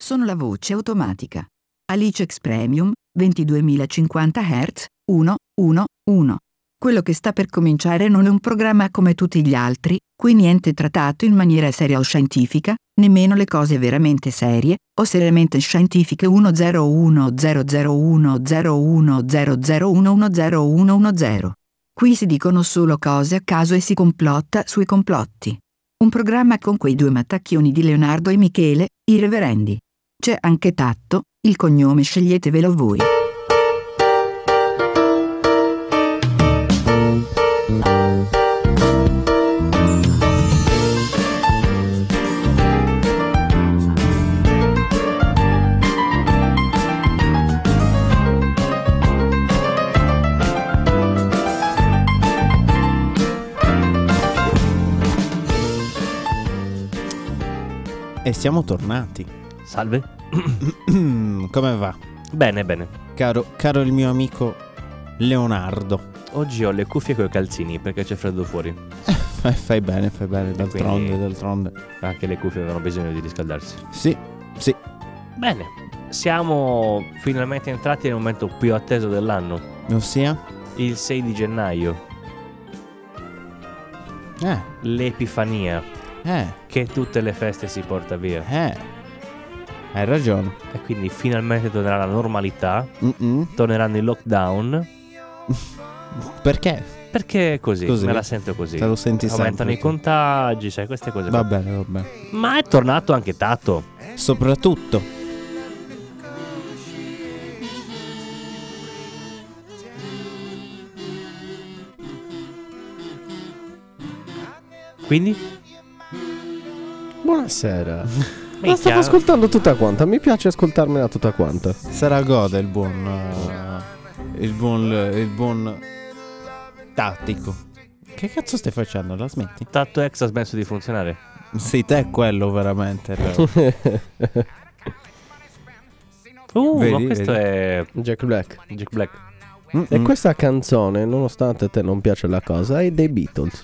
sono la voce automatica. Alicex Premium 22.050 Hz 111. Quello che sta per cominciare non è un programma come tutti gli altri, qui niente trattato in maniera seria o scientifica, nemmeno le cose veramente serie o seriamente scientifiche 1010010100110. Qui si dicono solo cose a caso e si complotta sui complotti. Un programma con quei due mattacchioni di Leonardo e Michele, i reverendi. C'è anche Tatto, il cognome sceglietevelo voi. E siamo tornati. Salve. Come va? Bene, bene. Caro il mio amico Leonardo. Oggi ho le cuffie coi calzini perché c'è freddo fuori. Fai bene, d'altronde. Anche le cuffie avevano bisogno di riscaldarsi. Sì. Bene, siamo finalmente entrati nel momento più atteso dell'anno. Ossia? Il 6 di gennaio. L'Epifania. Che tutte le feste si porta via. Hai ragione. E quindi finalmente tornerà la normalità. Torneranno i lockdown. Perché? Perché così, me la sento così. Te lo senti Aumentano sempre. i contagi, sai, queste cose. Va bene. Ma è tornato anche Tatto. Soprattutto. Quindi? Buonasera. La stavo ascoltando tutta quanta. Mi piace ascoltarmela tutta quanta. Sarà gode il buon tattico. Che cazzo stai facendo? La smetti? Tatto X ha smesso di funzionare. Sei te quello veramente. Ma questo è Jack Black. E questa canzone, nonostante a te non piace la cosa, è dei Beatles.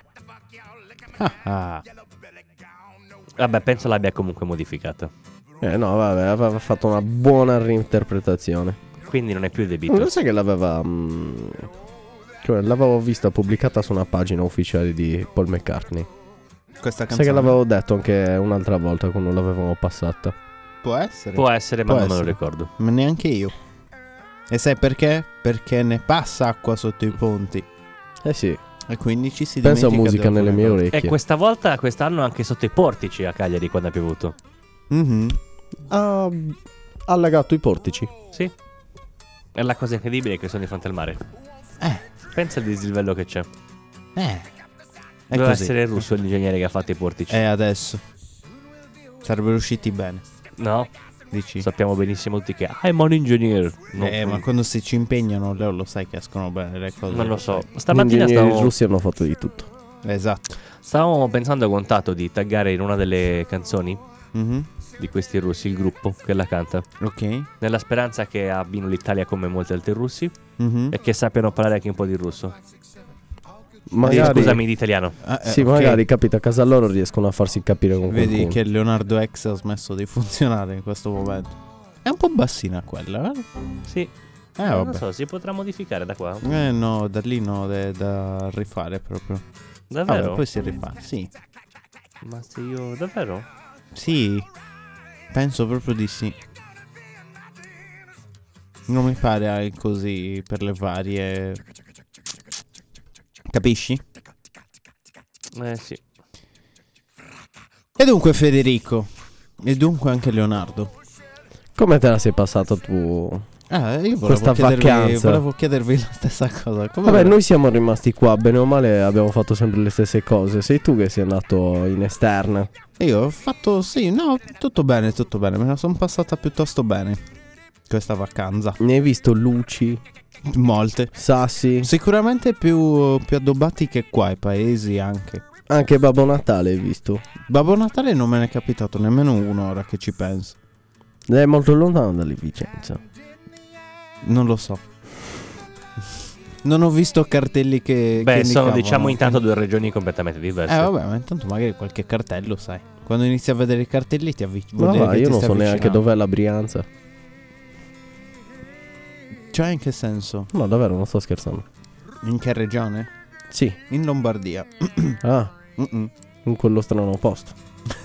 Vabbè, penso l'abbia comunque modificata. No, vabbè, aveva fatto una buona reinterpretazione. Quindi non è più dei Non Beatles. sai che l'aveva l'avevo vista pubblicata su una pagina ufficiale di Paul McCartney. Questa canzone. Sai che l'avevo detto anche un'altra volta quando l'avevamo passata. Può essere. Ma non me lo ricordo. Ma neanche io. E sai perché? Perché ne passa acqua sotto i ponti. Sì. E quindi ci si penso a dimentica musica di nelle mie alcune orecchie. E quest'anno anche sotto i portici a Cagliari quando ha piovuto. cose. Ha allagato i portici. Sì. E la cosa incredibile è che sono di fronte al mare. Pensa al dislivello che c'è. È Doveva così. essere il russo l'ingegnere che ha fatto i portici. Adesso sarebbero usciti bene. No? Dici? Sappiamo benissimo tutti che I'm an engineer. Ma quando si ci impegnano lo sai che escono bene le cose. Non lo so. Gli Stamattina ingegneri russi hanno fatto di tutto. Esatto. stavamo pensando con Tato di taggare in una delle canzoni Mhm. di questi russi il gruppo che la canta, Ok. nella speranza che abbino l'Italia come molti altri russi Mhm. e che sappiano parlare anche un po' di russo. Magari, Scusami, di italiano. sì, ok. magari capita a casa loro riescono a farsi capire con Vedi qualcuno. che Leonardo X ha smesso di funzionare in questo momento. È un po' bassina quella, vero? Sì. Non Non vabbè. lo so, si potrà modificare da qua. No, da lì no, da rifare proprio. Davvero? Vabbè, poi si rifà, sì. Ma se io... Davvero? Sì, penso proprio di sì. Non mi pare così per le varie... Capisci? Sì. E dunque Federico, e dunque anche Leonardo. Come te la sei passata tu? Io Questa vacanza. volevo chiedervi la stessa cosa. Vabbè, noi siamo rimasti qua, bene o male abbiamo fatto sempre le stesse cose. Sei tu che sei andato in esterna. Io ho fatto, sì, no, tutto bene, me la sono passata piuttosto bene questa vacanza. Ne hai visto luci, Molte. sassi, Sicuramente più addobbati che qua, i paesi anche. anche Babbo Natale hai visto. Babbo Natale non me ne è capitato nemmeno uno, ora che ci penso. È molto lontano dalle Vicenza. Non lo so. Non ho visto cartelli che Beh, sono indicavano. diciamo intanto due regioni completamente diverse. Vabbè, ma intanto magari qualche cartello, sai. Quando inizi a vedere i cartelli ti Ma va, io non so neanche dov'è la Brianza. Cioè, in che senso? No, davvero, non sto scherzando. In che regione? Sì. In Lombardia. Ah, in quello strano posto.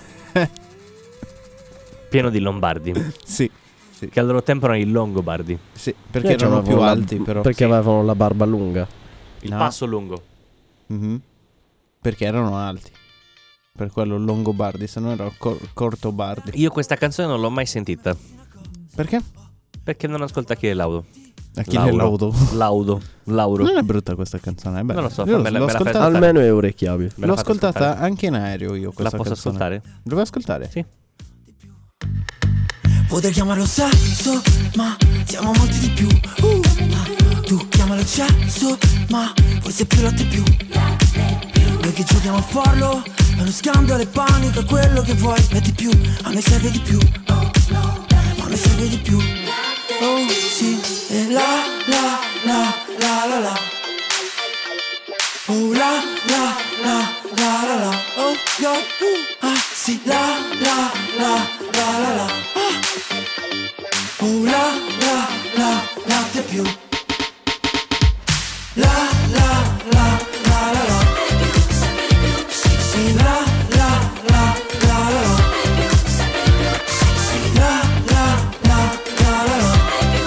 Pieno di lombardi. Sì. Che al loro tempo erano i longobardi. Sì, perché erano più alti però. Perché avevano la barba lunga. Il passo lungo. Mhm. Perché erano alti. Per quello longobardi, se no erano cortobardi. Io questa canzone non l'ho mai sentita. Perché? Perché non ascolta Achille Laudo. Achille Laudo. Lauro. Non è brutta questa canzone, è bella. Non lo so, Io me la l'ho fai ascoltata. ascoltare. Almeno è orecchiabile. Me L'ho la fate ascoltata ascoltare? anche in aereo io questa La posso canzone. ascoltare? Lo vuoi ascoltare? Sì. Potrei chiamarlo sesso, ma siamo molti di più. Tu chiamalo eccesso, ma forse più latte più. Noi che giochiamo a farlo, è uno scambio, le panico, quello che vuoi e di più. A me serve di più, a me serve di più. Oh sì, e la la la la la la. Oh la la la la la la. Oh God, ah sì, la la la la la la. Oh la la la latte più. La la la la la la. La la la la la la. La la la la la la.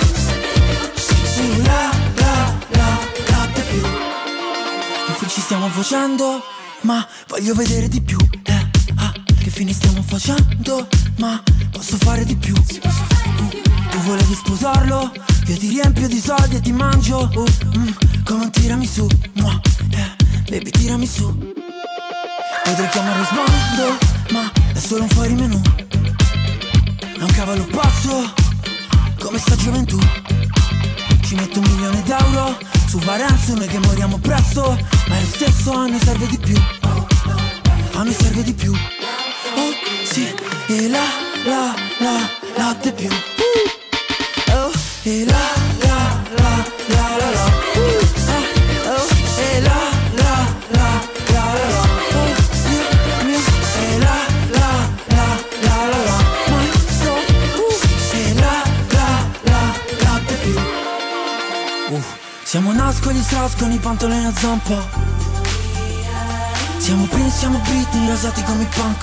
La la la latte più. Che fine ci stiamo facendo? Ma voglio vedere di più. Che fine stiamo facendo? Ma posso fare di più. Tu volevi sposarlo? Io ti riempio di soldi e ti mangio come un tiramisù. Baby tirami su. Potrei chiamarlo sbando, ma è solo un fuori menù. È un cavallo pazzo, come sta gioventù. Ci metto 1 milione d'euro su Varenzo, noi che moriamo presto. Ma è lo stesso, a noi serve di più. A noi serve di più. Oh sì, e la latte più. Oh, e la la la. Oh, e la la la. Oh, mio, e la la. My soul, e la latte più. Siamo nascoli straus con i pantaloni a zampa. Siamo Prince, siamo Britney, rasati come i punk.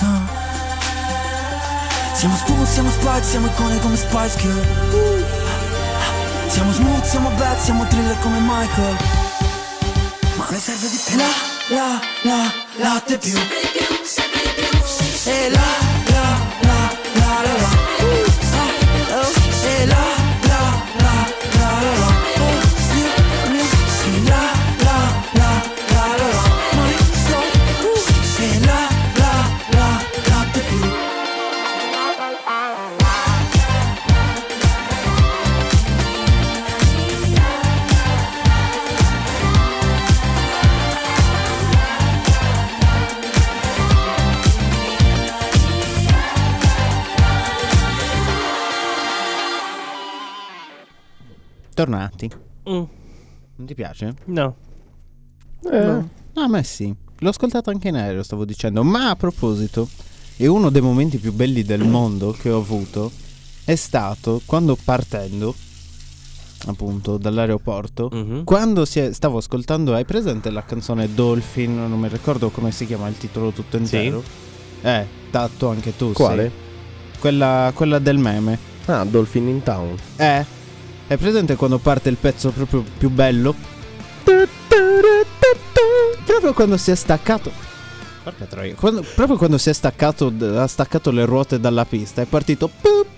Siamo Spoon, siamo Spike, siamo icone come Spice Girl. Siamo smooth, siamo bad, siamo thriller come Michael. Ma ne serve di più. La latte più. E la la. Oh, e la la. Oh, mio, sì, la. My soul, e la latte più. Tornati. Non ti piace? No. No, a me sì. L'ho ascoltato anche in aereo, stavo dicendo. Ma a proposito, è uno dei momenti più belli del mondo che ho avuto è stato quando partendo appunto dall'aeroporto, quando stavo ascoltando, hai presente la canzone Dolphin? Non mi ricordo come si chiama il titolo tutto intero. Tatto anche tu. Quale? Sì. Quella del meme. Ah, Dolphin in Town. Hai presente quando parte il pezzo proprio più bello? Proprio quando si è staccato. Porca troia. Proprio quando si è staccato, ha staccato le ruote dalla pista, è partito.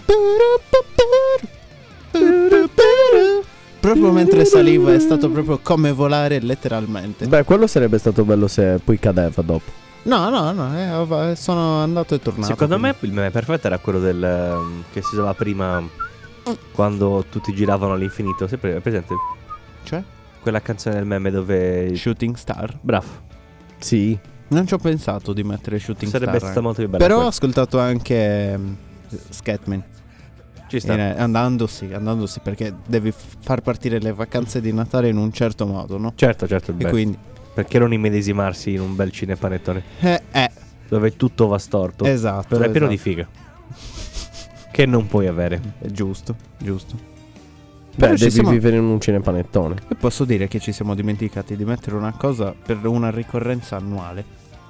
Proprio mentre saliva, è stato proprio come volare letteralmente. Beh, quello sarebbe stato bello se poi cadeva dopo. No, sono andato e tornato. Secondo me il meme perfetto era quello del che si usava prima quando tutti giravano all'infinito. Sempre presente? Cioè? Quella canzone del meme dove Shooting Star. Bravo. Sì. Non ci ho pensato di mettere Shooting Sarebbe Star. stata molto più bella. Però ho ascoltato anche Scatman. Ci sta. Andando sì, perché devi far partire le vacanze di Natale in un certo modo, no? Certo, E beh. quindi Perché non immedesimarsi in un bel cinepanettone? dove tutto va storto. Esatto. Però è pieno di esatto. figa. Che non puoi avere. È giusto. Beh, Però ci devi siamo- vivere in un cinepanettone. E posso dire che ci siamo dimenticati di mettere una cosa per una ricorrenza annuale.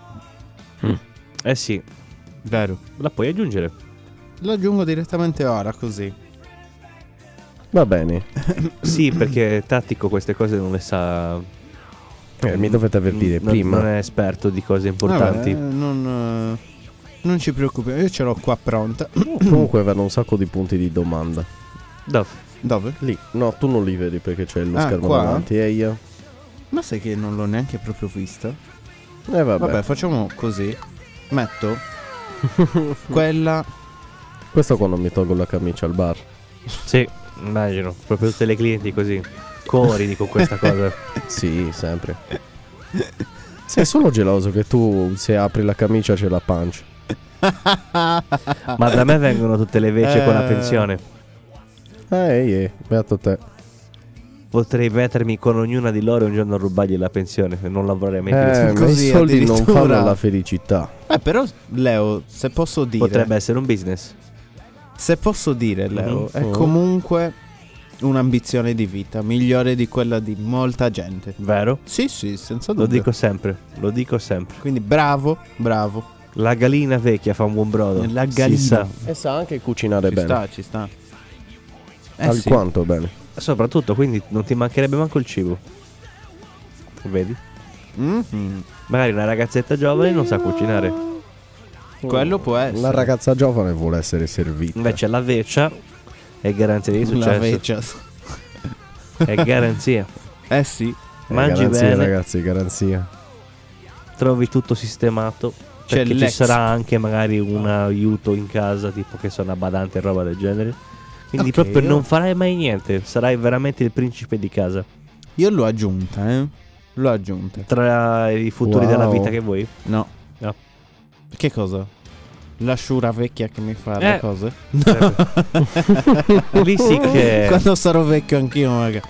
Eh sì, Vero. la puoi aggiungere. Lo aggiungo direttamente ora, così. Va bene. Sì, perché Tattico queste cose non le sa. Mi dovete avvertire prima. Non è esperto di cose importanti. Vabbè, non ci preoccupi, io ce l'ho qua pronta. Comunque avranno un sacco di punti di domanda. Dove? Lì. No, tu non li vedi perché c'è lo Ah, schermo qua? davanti. E io? Ma sai che non l'ho neanche proprio vista? Vabbè. Vabbè, facciamo così. Metto quella. Questo quando mi tolgo la camicia al bar. Sì, immagino. Proprio tutte le clienti così. Corridi con questa cosa. Sì, sempre. Sei solo geloso che tu se apri la camicia c'è la pancia. Ma da me vengono tutte le veci con la pensione. Beato te. Potrei mettermi con ognuna di loro e un giorno rubargli la pensione e non lavorare mai più. Ma i Così, soldi non addirittura. fanno la felicità. Però Leo, se posso dire. Potrebbe essere un business. Se posso dire, Leo, è Mhm. comunque un'ambizione di vita migliore di quella di molta gente. Vero? Sì, senza Lo dubbio. dico sempre. Lo dico sempre. Quindi bravo. La gallina vecchia fa un buon brodo. La Si gallina. sa. E sa anche cucinare Ci bene. sta, ci sta. Alquanto bene. Soprattutto, quindi non ti mancherebbe manco il cibo. Vedi? Mhm. Magari una ragazzetta giovane non sa cucinare. Quello può essere. La ragazza giovane vuole essere servita. Invece la veccia è garanzia di La successo. vecchia. È garanzia. Sì. Mangi garanzia, bene, ragazzi, garanzia. trovi tutto sistemato. C'è Perché ci l'ex. sarà anche magari un aiuto in casa, tipo che sono una badante e roba del genere. Quindi Ok, proprio io- non farai mai niente. Sarai veramente il principe di casa. Io l'ho aggiunta, L'ho aggiunta. Tra i futuri Wow. della vita che vuoi. No. No. Che cosa? La sciura vecchia che mi fa le cose? Lì sì che Quando sarò vecchio anch'io, magari.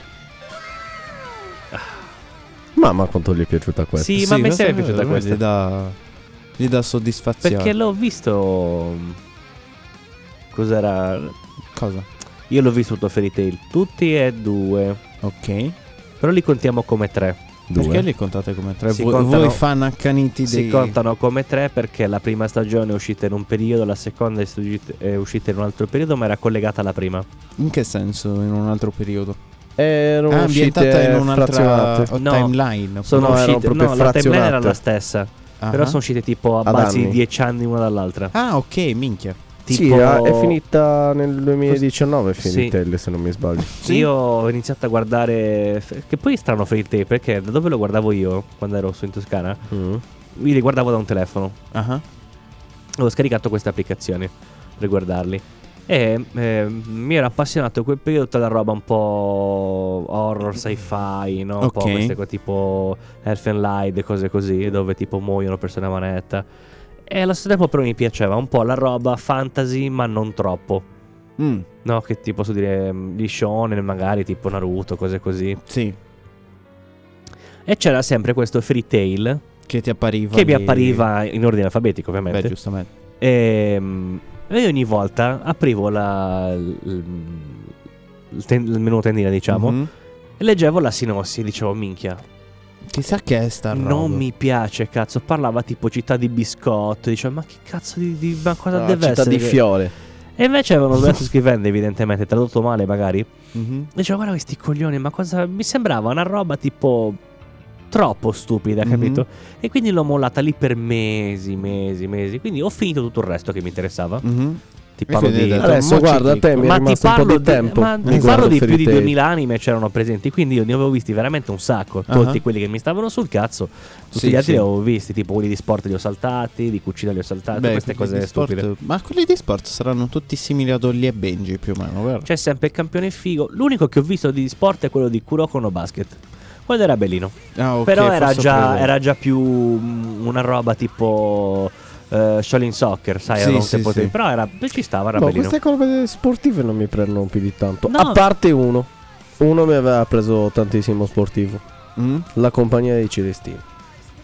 Mamma quanto gli è piaciuta questa. Sì, ma a me questa sempre è piaciuta questa. Gli dà soddisfazione. Perché l'ho visto. Cos'era? Cosa? Io l'ho visto tutto Fairy Tail. Tutti e 2. Ok. Però li contiamo come 3. Perché li contate come 3? Si Voi, contano- voi fan accaniti Si dei... contano come 3 perché la prima stagione è uscita in un periodo, la seconda è uscita in un altro periodo, ma era collegata alla prima. In che senso? In un altro periodo? Erano ambientata uscite in un'altra frazionate. No, timeline. Sono No, erano uscite. proprio No, la timeline era frazionate. la stessa. Ah. Però sono uscite tipo a Ad base di anni. 10 anni una dall'altra. Ah, ok, minchia. Sì, Tipo, è finita nel 2019 Sì. Fairy Tail, se non mi sbaglio. Sì? Io ho iniziato a guardare. Che poi è strano Fairy Tail perché da dove lo guardavo io quando ero su in Toscana? Mm. Io li guardavo da un telefono. Ah. Avevo scaricato queste applicazioni per guardarli. E mi ero appassionato in quel periodo tutta la roba un po' horror, sci-fi, no? Un po' Ok. queste cose tipo Elfen Lied e cose così, dove tipo muoiono persone a manetta. E allo stesso tempo però mi piaceva un po' la roba fantasy, ma non troppo. No, che ti posso dire gli shonen magari, tipo Naruto, cose così. Sì. E c'era sempre questo Fairy Tail Che ti appariva che mi lì. appariva in ordine alfabetico, ovviamente. Beh, giustamente. E io ogni volta aprivo il menu tendina, diciamo, Mhm. e leggevo la sinossi e dicevo, minchia, Chissà che è sta roba. non mi piace, cazzo. Parlava tipo città di biscotto, dicevo, ma che cazzo ma cosa Ah, deve città essere? di fiore. E invece avevano sbagliato scrivendo, evidentemente, tradotto male magari. Mhm. Dicevo, guarda questi coglioni, ma cosa... Mi sembrava una roba tipo troppo stupida, Mhm. capito? E quindi l'ho mollata lì per mesi. Quindi ho finito tutto il resto che mi interessava. Mhm. Ti parlo quindi di... hai detto, Adesso mo ci guarda, clicco. te mi è Ma ti rimasto un po' parlo di tempo. ma Mi ti guardo parlo di più Fairy di Tail. 2000 anime c'erano presenti. Quindi io ne avevo visti veramente un sacco. Tutti Ah. quelli che mi stavano sul cazzo. Tutti Sì, gli altri sì. li avevo visti. Tipo quelli di sport li ho saltati, di cucina li ho saltati. Beh, Queste quelli cose di sport- stupide. Ma quelli di sport saranno tutti simili ad Ollie e Benji più o meno, vero? C'è sempre il campione figo. L'unico che ho visto di sport è quello di Kuroko no Basket. Quello era bellino. Ah, ok, Però era forse ho già, preso. era già più una roba tipo Shaolin Soccer, sai? Sì, era un sì, tempo sì. Però ci stava, era No, bellino. queste cose sportive non mi prendono più di tanto. No. A parte uno. Uno mi aveva preso tantissimo sportivo. Mm? La compagnia dei Celestini.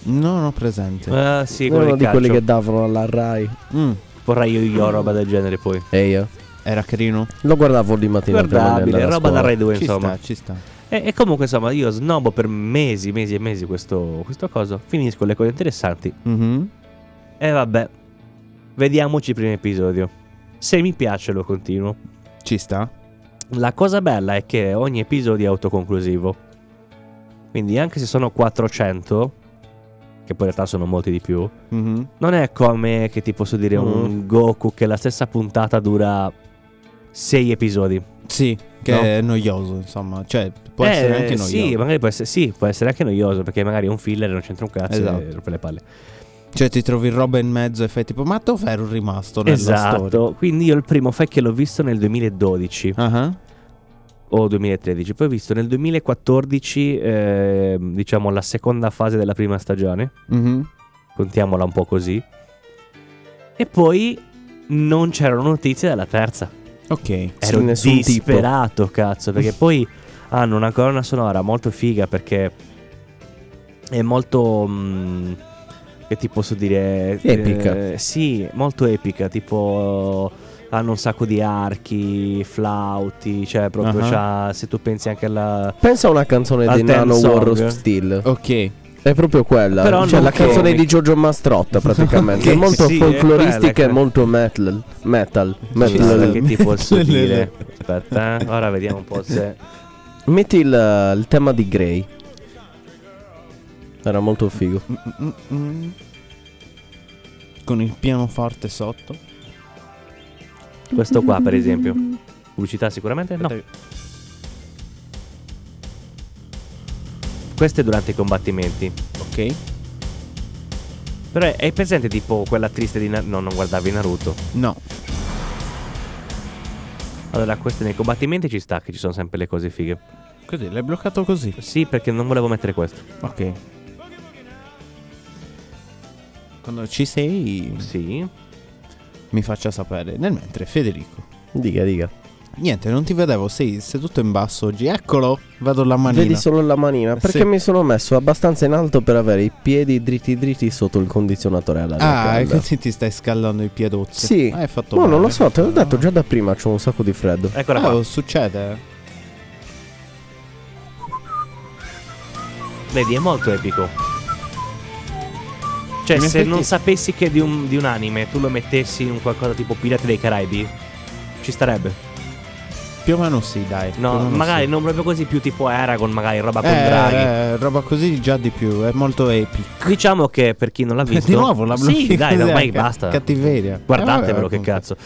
Non ho presente. Sì, È quello uno di di quelli calcio. che davano alla Rai. Vorrei io roba del genere poi. E io? Era carino? Lo guardavo di mattina prima di Guardabile, andare a roba da scuola. Rai 2 insomma. Ci sta. E comunque insomma io snobbo per mesi e mesi questo coso. Finisco le cose interessanti. Mhm. E vabbè, vediamoci il primo episodio. Se mi piace lo continuo. Ci sta. La cosa bella è che ogni episodio è autoconclusivo. Quindi anche se sono 400, che poi in realtà sono molti di più, Mhm. non è come, che ti posso dire, un Goku che la stessa puntata dura 6 episodi. Sì, che No? è noioso, insomma. Cioè, può essere anche noioso. Sì, magari può essere anche noioso, perché magari è un filler, non c'entra un cazzo Esatto. e rompe le palle. Cioè, ti trovi roba in mezzo e fai tipo, ma dove ero rimasto nella Esatto, storia? quindi io il primo fai che l'ho visto nel 2012 Ah. o 2013, poi ho visto nel 2014, diciamo la seconda fase della prima stagione, Mhm. contiamola un po' così, e poi non c'erano notizie della terza. Ok. Ero nessun tipo. disperato, cazzo, perché poi hanno una colonna sonora molto figa, perché è molto che ti posso dire, Epica. sì, molto epica, tipo hanno un sacco di archi, flauti, cioè proprio Ah. se tu pensi anche alla Pensa a una canzone Al di Nano theme War of song. Steel. Ok. È proprio quella. Però Cioè non la canzone che- di Giorgio Mastrotta praticamente. Che È molto sì, è folcloristica quella, e molto metal. Guarda, che ti posso Le- dire. Aspetta, ora vediamo un po' se Metti il tema di Grey. Era molto figo. Mm. Con il pianoforte sotto. questo qua, per esempio. Pubblicità sicuramente? No. Questo è durante i combattimenti. Ok. Però hai presente tipo quella triste di No, non guardavi Naruto. No. Allora, questo nei combattimenti ci sta, che ci sono sempre le cose fighe. Così, l'hai bloccato così. Sì, perché non volevo mettere questo. Ok. Quando ci sei, Sì. mi faccia sapere. Nel mentre, Federico. Dica. Niente, non ti vedevo, sei seduto in basso oggi. Eccolo, vedo la manina. Vedi solo la manina. Perché Sì. mi sono messo abbastanza in alto per avere i piedi dritti sotto il condizionatore all'aria Ah, e calda. così ti stai scaldando i piedozzi. Sì. Hai fatto No, bene. non lo so, te l'ho detto già da prima, c'ho un sacco di freddo. Eccola qua. Succede. Vedi, è molto epico. Cioè, In se effetti- non sapessi che di un anime tu lo mettessi in un qualcosa tipo Pirati dei Caraibi, ci starebbe. Più o meno sì, dai. più o No, meno magari sì. non proprio così, più tipo Eragon, magari roba con draghi. Roba così già di più, è molto epic. Diciamo che per chi non l'ha visto, Di nuovo la blocchi. sì, dai, ormai Ca- basta. Cattiveria. Guardatevelo, che comunque. cazzo.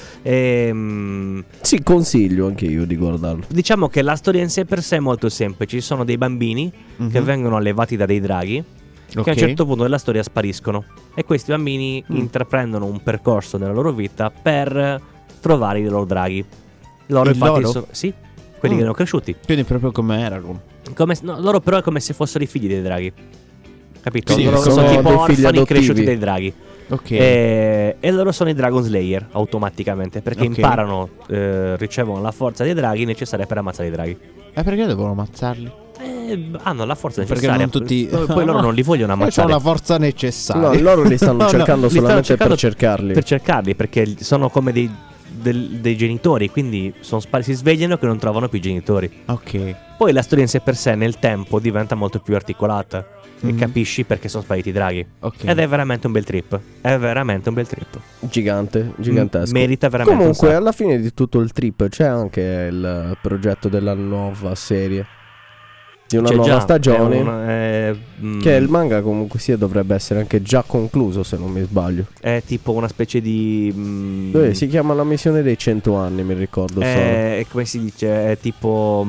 Sì, consiglio anche io di guardarlo. Diciamo che la storia in sé per sé è molto semplice. Ci sono dei bambini che Mhm. vengono allevati da dei draghi, che a Ok. un certo punto della storia spariscono. E questi bambini intraprendono un percorso nella loro vita per trovare i loro draghi. Loro Il infatti loro? sono, sì, quelli che erano cresciuti. Quindi proprio come Eragon. Loro però è come se fossero i figli dei draghi. Capito? Sì, loro sono sono tipo dei figli orfani adottivi. cresciuti dai draghi. Ok. E loro sono i Dragon Slayer automaticamente, perché Ok. imparano, ricevono la forza dei draghi necessaria per ammazzare i draghi. E perché devono ammazzarli? Hanno la forza Perché necessaria. non tutti. Poi loro non li vogliono C'hanno ammazzare. la forza necessaria. No, loro li stanno No, cercando li stanno solamente cercando per cercarli. Per cercarli, perché sono come dei genitori, quindi si svegliano che non trovano più i genitori. Ok. Poi la storia in sé per sé nel tempo diventa molto più articolata e Mhm. capisci perché sono spariti i draghi. Ok. Ed è veramente un bel trip. È veramente un bel trip. Gigantesco. Merita veramente un Comunque, sacco. alla fine di tutto il trip c'è anche il progetto della nuova serie. Di una C'è nuova già, stagione. mm, Che il manga comunque sia dovrebbe essere anche già concluso, se non mi sbaglio. è tipo una specie di Si chiama La missione dei 100 anni, mi ricordo solo. è come si dice, è tipo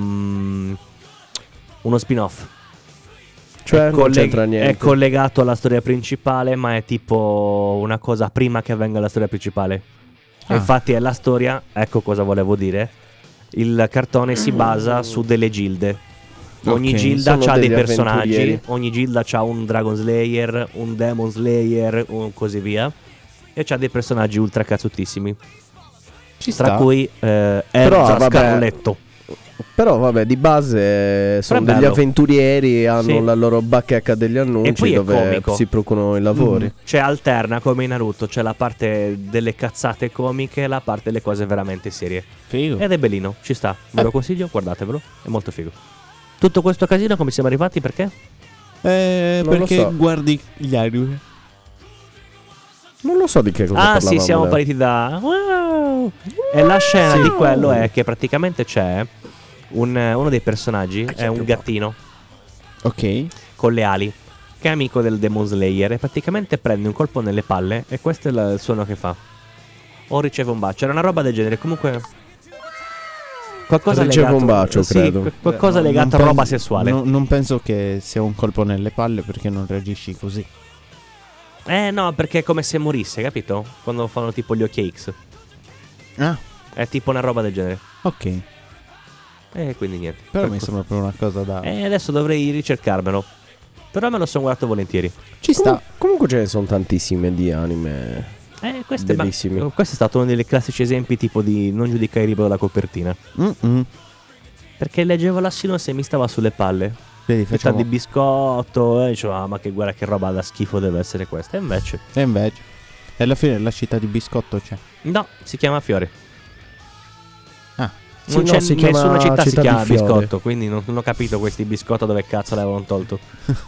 uno spin-off. Cioè, È non c'entra niente. È collegato alla storia principale, ma è tipo una cosa prima che avvenga la storia principale. Ah. Infatti è la storia, ecco cosa volevo dire. Il cartone si basa su delle gilde. Ogni Ok, gilda sono ha dei degli personaggi, avventurieri. ogni gilda ha un Dragon Slayer, un Demon Slayer, così via. E c'ha dei personaggi ultra cazzutissimi. Ci Tra sta. cui Però, Erza vabbè, Scarletto. Però vabbè, di base sono degli avventurieri, hanno la loro bacheca degli annunci dove si procurano i lavori. Cioè alterna come in Naruto, c'è la parte delle cazzate comiche e la parte delle cose veramente serie. Figo. Ed è bellino, ci sta, ve lo consiglio, guardatevelo, è molto figo. Tutto questo casino come siamo arrivati, perché? Perché so. guardi gli anime. Non lo so di che cosa parlavamo. Sì, siamo partiti da... Wow! E la scena di quello è che praticamente c'è uno dei personaggi, è un gattino. Ok. Con le ali, che è amico del Demon Slayer. E praticamente prende un colpo nelle palle e questo è il suono che fa. O riceve un bacio, era una roba del genere. Comunque qualcosa riceve legato, un bacio, credo. qualcosa legato a roba sessuale. Non penso che sia un colpo nelle palle, perché non reagisci così. No, perché è come se morisse, capito? Quando fanno tipo gli occhi X. Ah, È tipo una roba del genere. ok. E quindi niente. Però mi sembra proprio una cosa da... Adesso dovrei ricercarmelo. Però me lo sono guardato volentieri. Ci sta. Comunque ce ne sono tantissime di anime. Questo Bellissimi. questo è stato uno dei classici esempi tipo di non giudicare il libro dalla copertina. Perché leggevo la sinopsi e mi stava sulle palle. Vedi, Metà di biscotto. E dicevo, ma che guarda che roba da schifo deve essere questa. E invece E alla fine la città di biscotto c'è. no, si chiama Fiore. Ah. Non Sì, c'è no, si chiama nessuna città si Città chiama di Fiore. biscotto. Quindi non ho capito questi biscotto dove cazzo l'avevano tolto.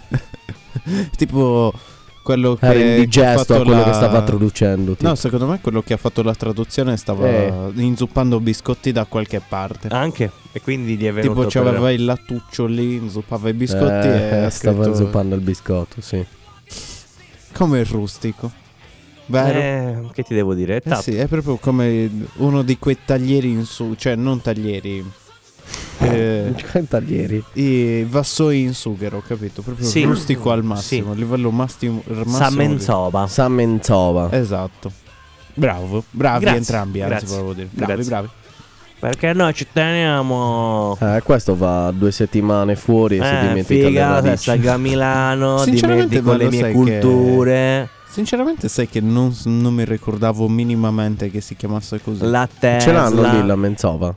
Tipo quello che Era indigesto ha fatto a quello che stava traducendo. No, secondo me quello che ha fatto la traduzione stava inzuppando biscotti da qualche parte. Anche. E quindi gli è venuto Tipo c'aveva il lattuccio lì, inzuppava i biscotti e ha stava scritto zuppando il biscotto, sì. come il rustico. Vero? Che ti devo dire? Sì, è proprio come uno di quei taglieri in su, cioè non taglieri, Taglieri. i vassoi in sughero, capito? Proprio Sì. rustico al massimo, Sì. livello massimo. Samenzoba. Samenzova. Esatto. Bravi Grazie, entrambi, anzi grazie. volevo dire. Grazie. Bravi. Perché noi ci teniamo. Questo va 2 settimane fuori e si dimentica le figa, radici. salga a Milano, Sinceramente, dimentico le ma lo mie sai culture. Sinceramente sai che non mi ricordavo minimamente che si chiamasse così. La Tesla. Ce l'hanno lì la Menzova?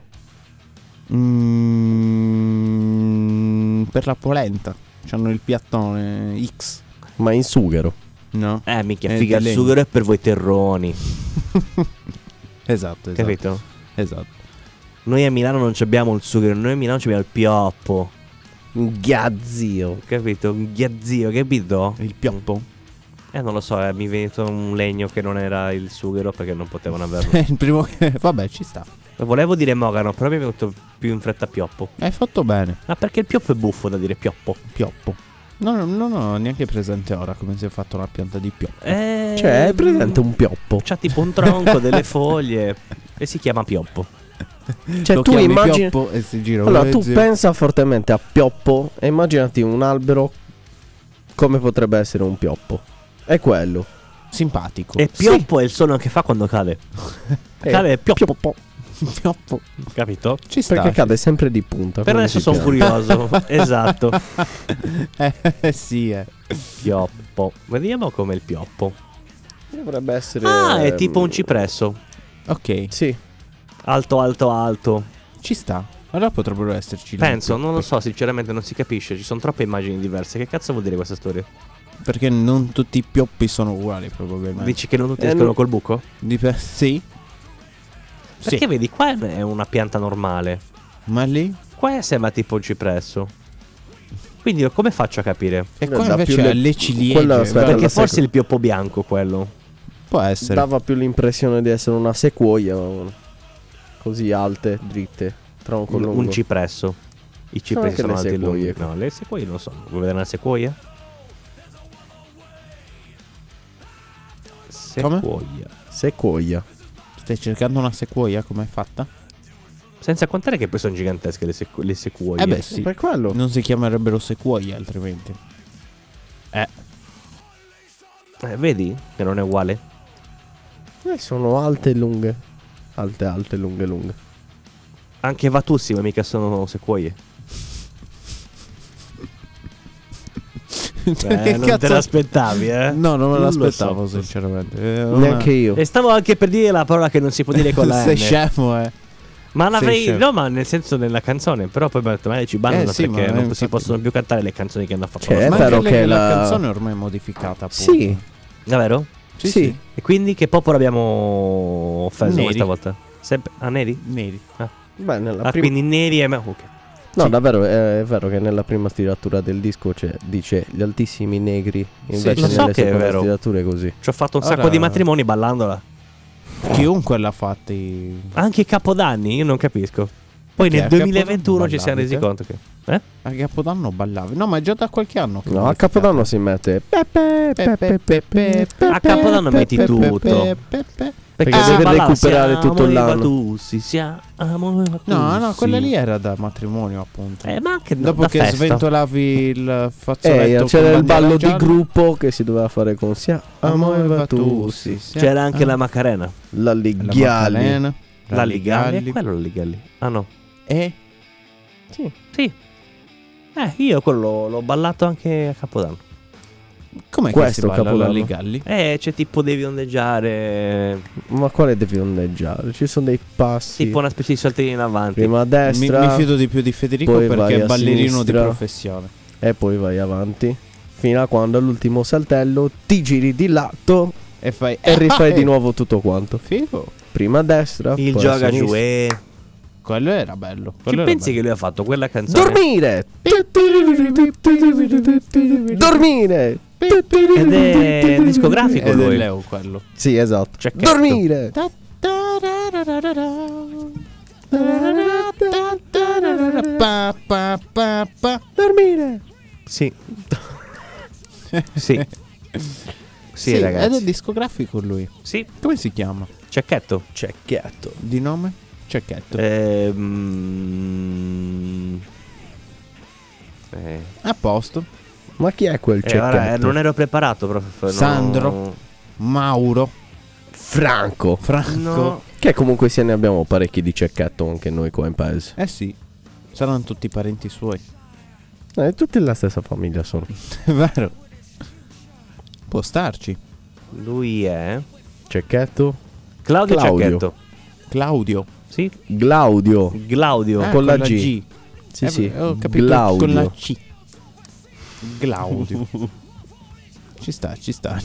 Per la polenta c'hanno il piattone X. Ma in sughero. No? Minchia, È figa, di il legno. sughero è per voi terroni. Esatto. Capito? Esatto. Noi a Milano non abbiamo il sughero, noi a Milano abbiamo il pioppo. Gazzio. Capito? Un ghiazzio, capito? Il pioppo? Non lo so, mi è venuto un legno che non era il sughero perché non potevano averlo. È il primo che... Vabbè, ci sta. Volevo dire mogano, però mi è venuto più in fretta pioppo. Hai fatto bene. Ma perché il pioppo è buffo da dire pioppo? Pioppo. No, non ho neanche presente ora come si è fatto una pianta di pioppo. Cioè, è presente un pioppo. C'ha tipo un tronco, delle foglie e si chiama pioppo. Cioè, Lo tu chiami immagini. pioppo e si gira. Allora, tu pensa fortemente a pioppo e immaginati un albero come potrebbe essere un pioppo. È quello. simpatico. E pioppo è il suono che fa quando cade. Cade pioppo. Pioppo. Capito? Ci sta. Perché cade sempre di punta. Per quando adesso si sono pianta. curioso. Esatto. Sì, Pioppo. Vediamo com'è il pioppo. Dovrebbe essere. È tipo un cipresso. Ok, Sì. Alto, alto, alto. ci sta. Allora potrebbero esserci. Penso, non lo so, sinceramente non si capisce. Ci sono troppe immagini diverse. Che cazzo vuol dire questa storia? Perché non tutti i pioppi sono uguali, probabilmente. Dici che non tutti escono col buco? Sì. Perché Sì. vedi, qua è una pianta normale. Ma lì? Qua sembra tipo un cipresso. Quindi io come faccio a capire? E qua Da invece più è le- le ciliegie. quello, aspetta, guarda, Perché la forse è il pioppo bianco quello. può essere. Dava più l'impressione di essere una sequoia. Così alte, dritte. Tronco lungo. Un cipresso. I cipressi anche sono le alti e lunghi. sequoie. No, le sequoie non so. Vuoi vedere una sequoia? Come? Sequoia. Sequoia. Stai cercando una sequoia? Com'è fatta? Senza contare che poi sono gigantesche le sequoie. Eh beh, sì. Per quello. Non si chiamerebbero sequoie altrimenti. Vedi che non è uguale? Sono alte e lunghe. Alte, alte, lunghe, lunghe. Anche Vatussi, ma mica sono sequoie. Che non te cazzo- l'aspettavi, eh? No, non me Non lo l'aspettavo, so. sinceramente. Neanche io. E stavo anche per dire la parola che non si può dire con la Sei N. scemo, Ma l'avrei. No, ma nel senso della canzone. Però poi magari ci bannano perché non si possono più cantare le canzoni che hanno fatto. È vero che la canzone è ormai modificata. Appunto. Sì. Davvero? Sì. E quindi che popolo abbiamo offeso questa volta? Sempre neri? Neri. Beh, quindi neri e okay. No, davvero, è vero che nella prima stiratura del disco dice gli altissimi negri. Invece nelle seconde stirature è così. Ci ho fatto un sacco di matrimoni ballandola. Chiunque l'ha fatti. Anche i Capodanni, io non capisco. Poi nel 2021 ci siamo resi conto che a Capodanno ballavi. No, ma è già da qualche anno che no, a Capodanno si mette a Capodanno metti tutto. Perché deve recuperare tutto l'anno. No, quella lì era da matrimonio, appunto. Ma anche dopo che sventolavi il fazzoletto. C'era il ballo di gruppo che si doveva fare con Siamo e Vatussi. C'era anche la Macarena. La Lighiali. La Lighiali. Quello la Lighiali. Ah no. Sì. Io quello l'ho ballato anche a Capodanno. Com'è questo che si balla la Ligalli? C'è tipo devi ondeggiare. Ma quale devi ondeggiare? Ci sono dei passi. Tipo una specie di saltini in avanti. Prima a destra. Mi fido di più di Federico perché è ballerino di professione. E poi vai avanti fino a quando all'ultimo saltello ti giri di lato e rifai di nuovo tutto quanto. Figo. Prima a destra. Il gioca giù. Quello era bello. Ci pensi che lui ha fatto quella canzone? Dormire. Dormire. Ed è discografico ed lui. È Leo quello. Sì, esatto. Cecchetto. Dormire. Dormire. Sì. Sì, ragazzi. Ed è discografico lui. Sì. Come si chiama? Cecchetto. Di nome? Cecchetto. A posto. Ma chi è quel Cecchetto? Non ero preparato proprio. Sandro. Mauro. Franco. No. Che comunque sia ne abbiamo parecchi di Cecchetto anche noi qua in paese. Sì. Saranno tutti parenti suoi. Tutti la stessa famiglia sono. È vero. Può starci. Lui è Cecchetto. Claudio Cecchetto. Claudio. Sì. Glaudio. Con la G. Sì. Ho capito. Glaudio. Con la C. Glaudio. Ci sta.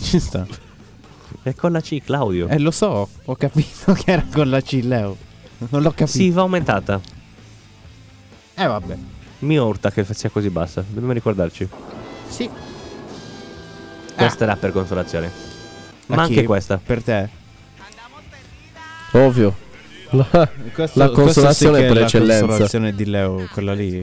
È con la C, Claudio. Lo so, ho capito che era con la C, Leo. Non l'ho capito. Sì, va aumentata. Vabbè. Mi urta che sia così bassa. Dobbiamo ricordarci. Sì. Questa era per consolazione. Ma anche questa. Per te. Ovvio. La consolazione per eccellenza. La consolazione di Leo, quella lì.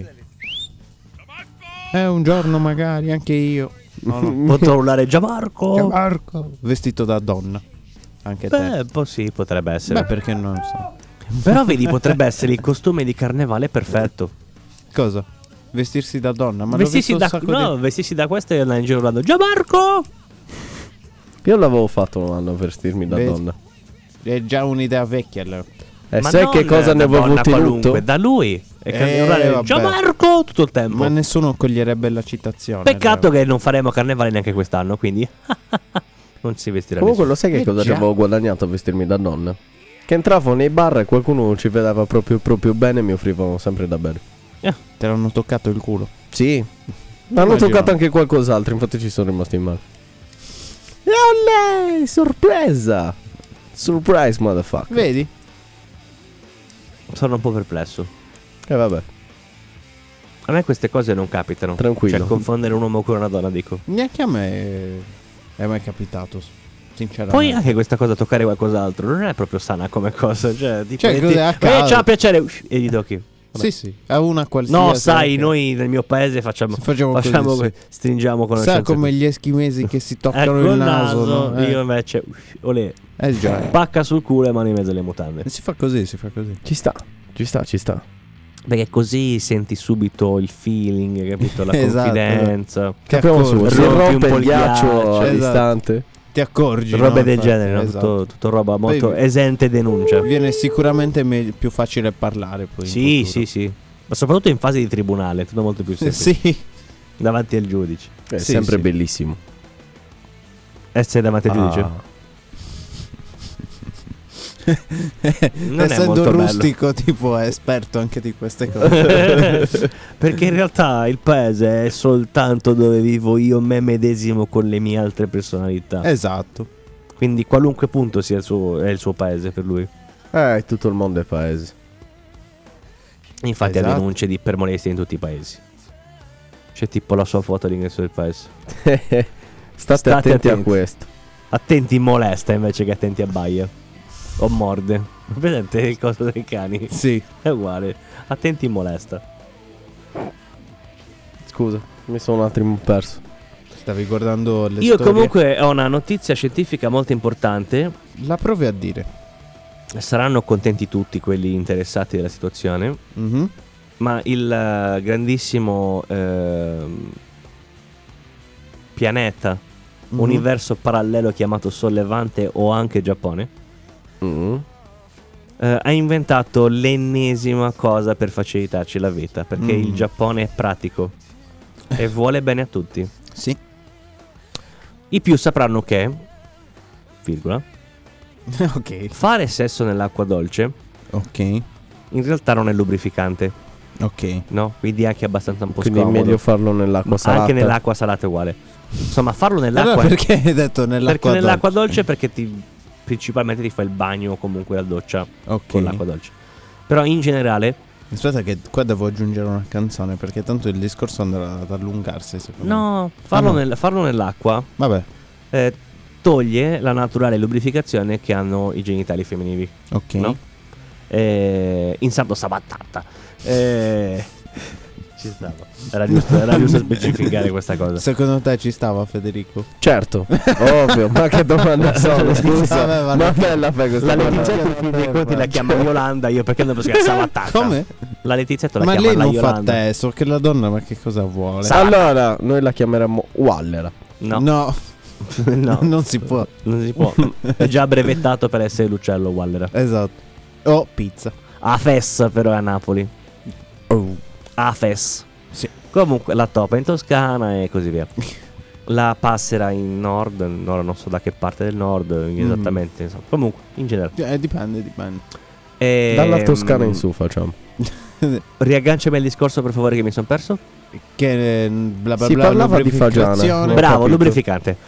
Un giorno magari anche io. No. Potrò urlare Gianmarco. Vestito da donna. Anche te. Sì, potrebbe essere. Perché non so. Però vedi, potrebbe essere il costume di carnevale perfetto. Cosa? Vestirsi da donna? Ma vestirsi da questo e andare in giro urlando Gianmarco. Io l'avevo fatto un anno a vestirmi da donna. È già un'idea vecchia, Leo. E sai che cosa ne avevo ottenuto? Da lui. E Gianmarco tutto il tempo. Ma nessuno coglierebbe la citazione. Peccato che non faremo carnevale neanche quest'anno, quindi non si vestirà. Comunque lo sai che cosa ci avevo guadagnato a vestirmi da donna? Che entravo nei bar e qualcuno ci vedeva proprio bene e mi offrivano sempre da bere. Te l'hanno toccato il culo? Sì. Hanno toccato anche qualcos'altro, infatti ci sono rimasti male. E olè, sorpresa. Surprise, motherfucker. Vedi? Sono un po' perplesso. Vabbè. A me queste cose non capitano. Tranquillo. Cioè confondere un uomo con una donna, dico. Neanche a me è mai capitato, sinceramente. Poi anche questa cosa, toccare qualcos'altro, non è proprio sana come cosa. Cioè, tipo, ciao, piacere. E gli tocchi. Vabbè. Sì, a una qualsiasi. No, sai, noi nel mio paese facciamo così, stringiamo con sai come gli eschimesi che si toccano il naso, no? Io invece olè. Già. Pacca sul culo e mano in mezzo alle mutande. Si fa così. Ci sta. Perché così senti subito il feeling, capito? La confidenza. Capiamo su, si rompe il ghiaccio all'istante. Ti accorgi, robe del genere, no? Esatto. Tutto roba molto esente denuncia. Viene sicuramente più facile parlare poi. Sì. Ma soprattutto in fase di tribunale, tutto molto più semplice. Sì. Davanti al giudice. È sempre bellissimo. Essere davanti al giudice. Non è essendo molto bello. rustico, tipo, è esperto anche di queste cose. Perché in realtà il paese è soltanto dove vivo io me medesimo con le mie altre personalità. Esatto. Quindi qualunque punto sia è il suo paese per lui. Tutto il mondo è paese. Infatti Esatto. ha denunce di ipermolestia in tutti i paesi. C'è tipo la sua foto all'ingresso del paese. State attenti a questo. Attenti molesta invece che attenti a baia. O morde. Presente il coso dei cani? Sì. È uguale. Attenti molesta. Scusa, mi sono un attimo perso. Stavi guardando le Io storie? comunque ho una notizia scientifica molto importante. La provi a dire. Saranno contenti tutti quelli interessati della situazione. Mhm. Ma il grandissimo pianeta, Mhm. universo parallelo chiamato Sollevante o anche Giappone, ha inventato l'ennesima cosa per facilitarci la vita. Perché il Giappone è pratico e vuole bene a tutti. Sì. I più sapranno che, virgola, Ok. fare sesso nell'acqua dolce Ok. in realtà non è lubrificante, Ok. no? Quindi è anche abbastanza un po' Quindi è scomodo. meglio farlo nell'acqua Ma salata. anche nell'acqua salata è uguale. Insomma, farlo nell'acqua Allora perché hai detto nell'acqua perché nell'acqua dolce? dolce perché principalmente ti fai il bagno o comunque la doccia Ok. con l'acqua dolce. Però in generale Aspetta che qua devo aggiungere una canzone perché tanto il discorso andrà ad allungarsi secondo me. no, farlo, no. farlo nell'acqua Vabbè. toglie la naturale lubrificazione che hanno i genitali femminili, Ok. no? In sardo sabattata. Ci stava. Era giusto specificare questa cosa. Secondo te ci stava Federico? Certo, ovvio. Ma che domanda sono? Scusa. Vabbè, Ma vabbè. bella fai questa La domanda. Letizia in fin dei conti la chiama Yolanda, io perché non posso chiamare Sabattata? Come? La Letizia la Ma chiama lei la non fa Yolanda. testo, che la donna ma che cosa vuole? Allora, noi la chiameremo Wallera. No, No, no, non si può. non si può. È già brevettato per essere l'uccello Wallera. Esatto. O pizza. Afes però è a Napoli. Oh. Afes. Sì. Comunque la topa in Toscana e così via. La passera in nord, non so da che parte del nord esattamente, insomma. Comunque, in generale. Dipende. Dalla Toscana in su facciamo. Riagganciami al discorso per favore che mi sono perso. Che bla bla Si bla, parlava di lubrificazione. fagiana. Ho Bravo, capito. lubrificante.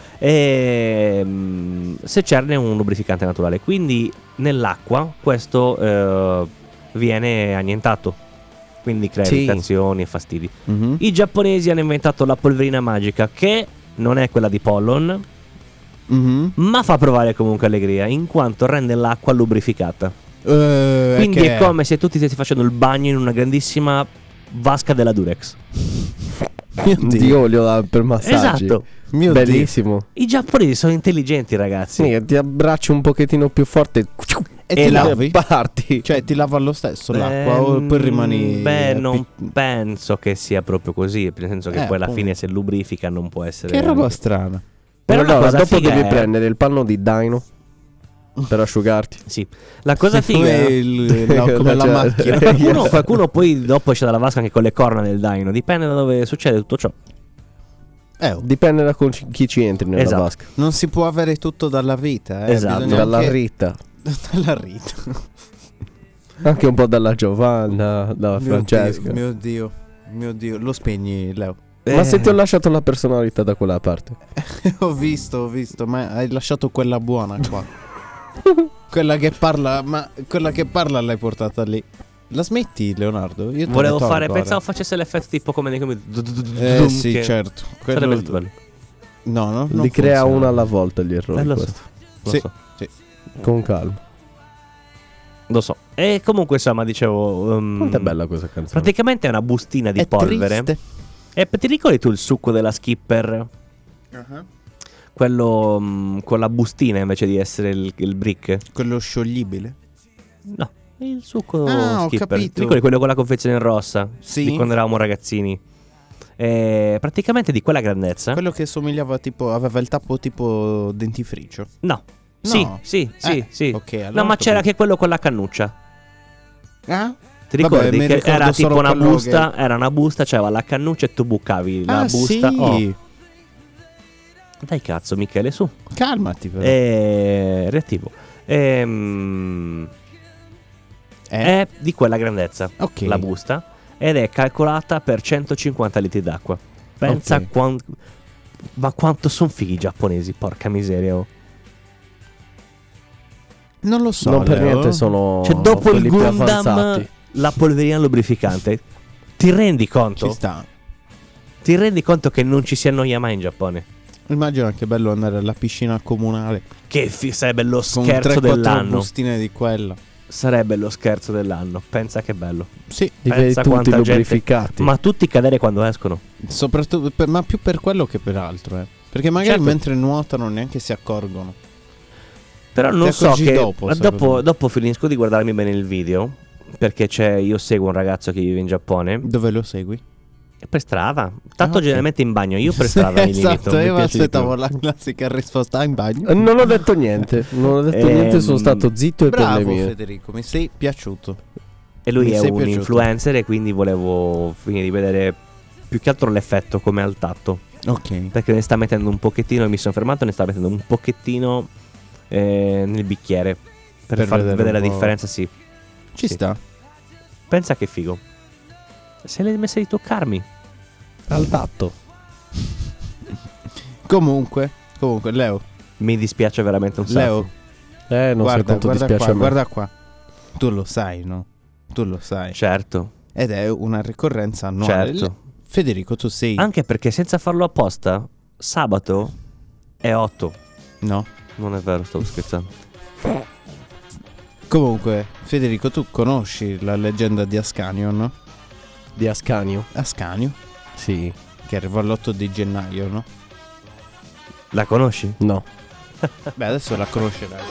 Se c'è un lubrificante naturale, quindi nell'acqua questo viene annientato. Quindi crea Sì. irritazioni e fastidi. Mhm. I giapponesi hanno inventato la polverina magica, che non è quella di Pollon, Mhm. ma fa provare comunque allegria, in quanto rende l'acqua lubrificata. Quindi che è come se tu ti stessi facendo il bagno in una grandissima vasca della Durex. Mio Di Dio. olio per massaggi. Esatto. Mio Bellissimo. I giapponesi sono intelligenti, ragazzi. Sì, ti abbracci un pochettino più forte Dio. E E ti la lavi? parti. Cioè ti lava lo stesso l'acqua o poi rimani... Beh, non penso che sia proprio così. Nel senso che poi alla appunto. fine se lubrifica non può essere. Che roba strana. Però la allora, cosa dopo figa devi è- prendere il panno di Dino per asciugarti. Sì. La cosa figa Come, è come la Cioè- macchina. qualcuno poi dopo esce dalla vasca anche con le corna del dino. Dipende da dove succede tutto ciò. Dipende da chi ci entri nella Esatto. vasca. Non si può avere tutto dalla vita. Esatto. Bisogna Dalla anche- Rita. Dalla Rita. Anche un po' dalla Giovanna, dalla Francesca. Mio Dio. Lo spegni, Leo. Ma se ti ho lasciato la personalità da quella parte. ho visto, ma hai lasciato quella buona qua. Quella che parla, ma quella che parla l'hai portata lì. La smetti, Leonardo? Io te Volevo ne fare, tolgo pensavo ora. facesse l'effetto tipo come nei comici. Sì, che certo. Sarebbe Quello... bello. No, no. non Li crea funziona. una alla volta gli errori. Lo so. questo. Lo Sì. so. Con calma. Lo so. E comunque insomma dicevo Quanto è bella questa canzone. praticamente è una bustina di È polvere. triste. E ti ricordi tu il succo della Skipper? Quello con la bustina invece di essere il brick? Quello scioglibile. No, il succo Ah, ho Skipper. capito. Ti ricordi quello con la confezione in rossa? Sì. Di quando eravamo ragazzini. Praticamente di quella grandezza. Quello che somigliava tipo, aveva il tappo tipo dentifricio. No. No. Sì. Ok, allora No, ma ho c'era capito. anche quello con la cannuccia. Ah? Ti Vabbè, ricordi mi che ricordo era solo tipo una quello busta? Era una busta, c'aveva la cannuccia e tu bucavi la busta. Sì. Oh, dai cazzo, Michele, su. Calmati però. Reattivo. È di quella grandezza, Ok. la busta, ed è calcolata per 150 litri d'acqua. Pensa Ok. ma quanto sono fighi i giapponesi, porca miseria. Oh. Non lo so. Non per Leo. niente sono Cioè, dopo il quelli più Gundam, avanzati. la polverina lubrificante, ti rendi conto? Ci sta. Ti rendi conto che non ci si annoia mai in Giappone? Immagino anche bello andare alla piscina comunale Che sarebbe lo con scherzo 3-4 dell'anno. bustine di quella. Sarebbe lo scherzo dell'anno. Pensa che bello. Sì, Li vedi Pensa tutti quanta gente- lubrificati. Ma tutti cadere quando escono. soprattutto ma più per quello che per altro, Perché magari Certo. mentre nuotano neanche si accorgono. Però non Ti so accorgi che dopo, secondo me. dopo finisco di guardarmi bene il video. Perché io seguo un ragazzo che vive in Giappone. Dove lo segui? E per strada. Tanto ok. generalmente in bagno. Io per strada mi limito. Esatto, mi io piace di aspettavo più. la classica risposta in bagno. Non ho detto niente. Non ho detto niente, sono stato zitto e per le Bravo mie. Federico, mi sei piaciuto. E lui Mi è sei un piaciuto. influencer e quindi volevo finire di vedere più che altro l'effetto come al tatto. Ok. Perché ne sta mettendo un pochettino, mi sono fermato, ne sta mettendo un pochettino nel bicchiere. Per far vedere vedere un la po'. differenza, sì. Ci Sì. sta. Pensa che figo. Se l'hai messa di toccarmi. Al tatto. Comunque, Leo, Mi dispiace veramente un sacco. Leo, Non guarda, sai quanto guarda dispiace qua, a me. guarda qua. Tu lo sai, no? Tu lo sai. Certo, Ed è una ricorrenza annuale. certo. Federico, tu sei... Anche perché senza farlo apposta, sabato è 8. No. Non è vero, stavo scherzando. Comunque, Federico, tu conosci la leggenda di Ascanio, no? Di Ascanio? Ascanio, Sì. che arrivò l'8 di gennaio, no? La conosci? No. Beh, adesso la conoscerai.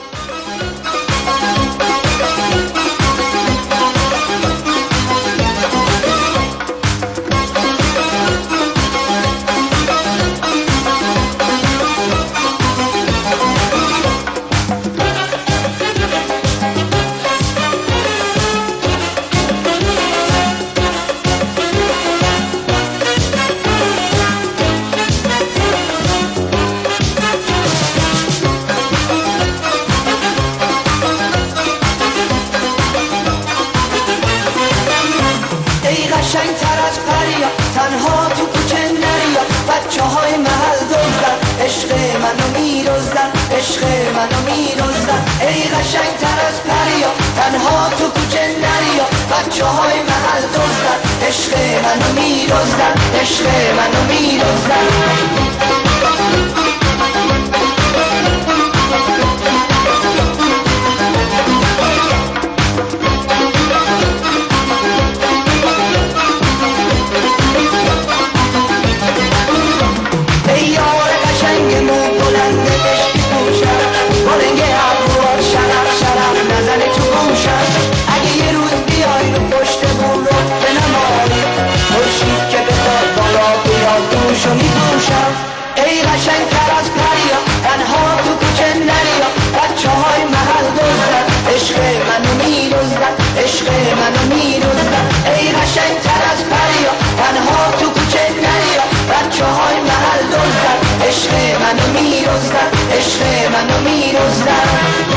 ای قشنگتر از پریا تنها تو کوچه نریا بچه های محل دزدن عشق منو میرزدن عشق منو میرزدن ای قشنگتر از پریا تنها تو کوچه نریا بچه های محل دزدن عشق منو میرزدن عشق منو میرزدن ای یار قشنگ مو بلند مشکی پوشم با رنگ ابروات شرف شرف نزنه تو گوشم اگه یه روز بیای رو پشت بون رو بنمایی خورشید که بخواد بالا بیاد دوشو میپوشم ای قشنگتر از پریا تنها تو کوچه نریا بچه های محل دزدن عشق منو میرزدن عشق منو میرزدن ای قشنگتر از پریا تنها تو کوچه نریا بچه های محل دزدن عشق منو میرزدن عشق منو میرزدن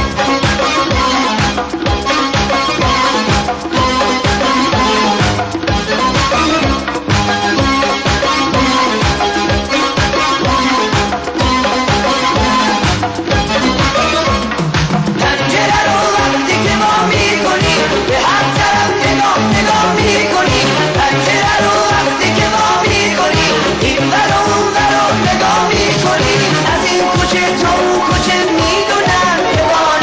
پنجره رو وقتی که ما میکنیم به هر طرف نگاه نگاه میکنیم پنجره رو وقتی که ما میکنیم این ور و اون ور رو نگاه میکنیم از این کوچه تا اون کوچه میدونم یه بار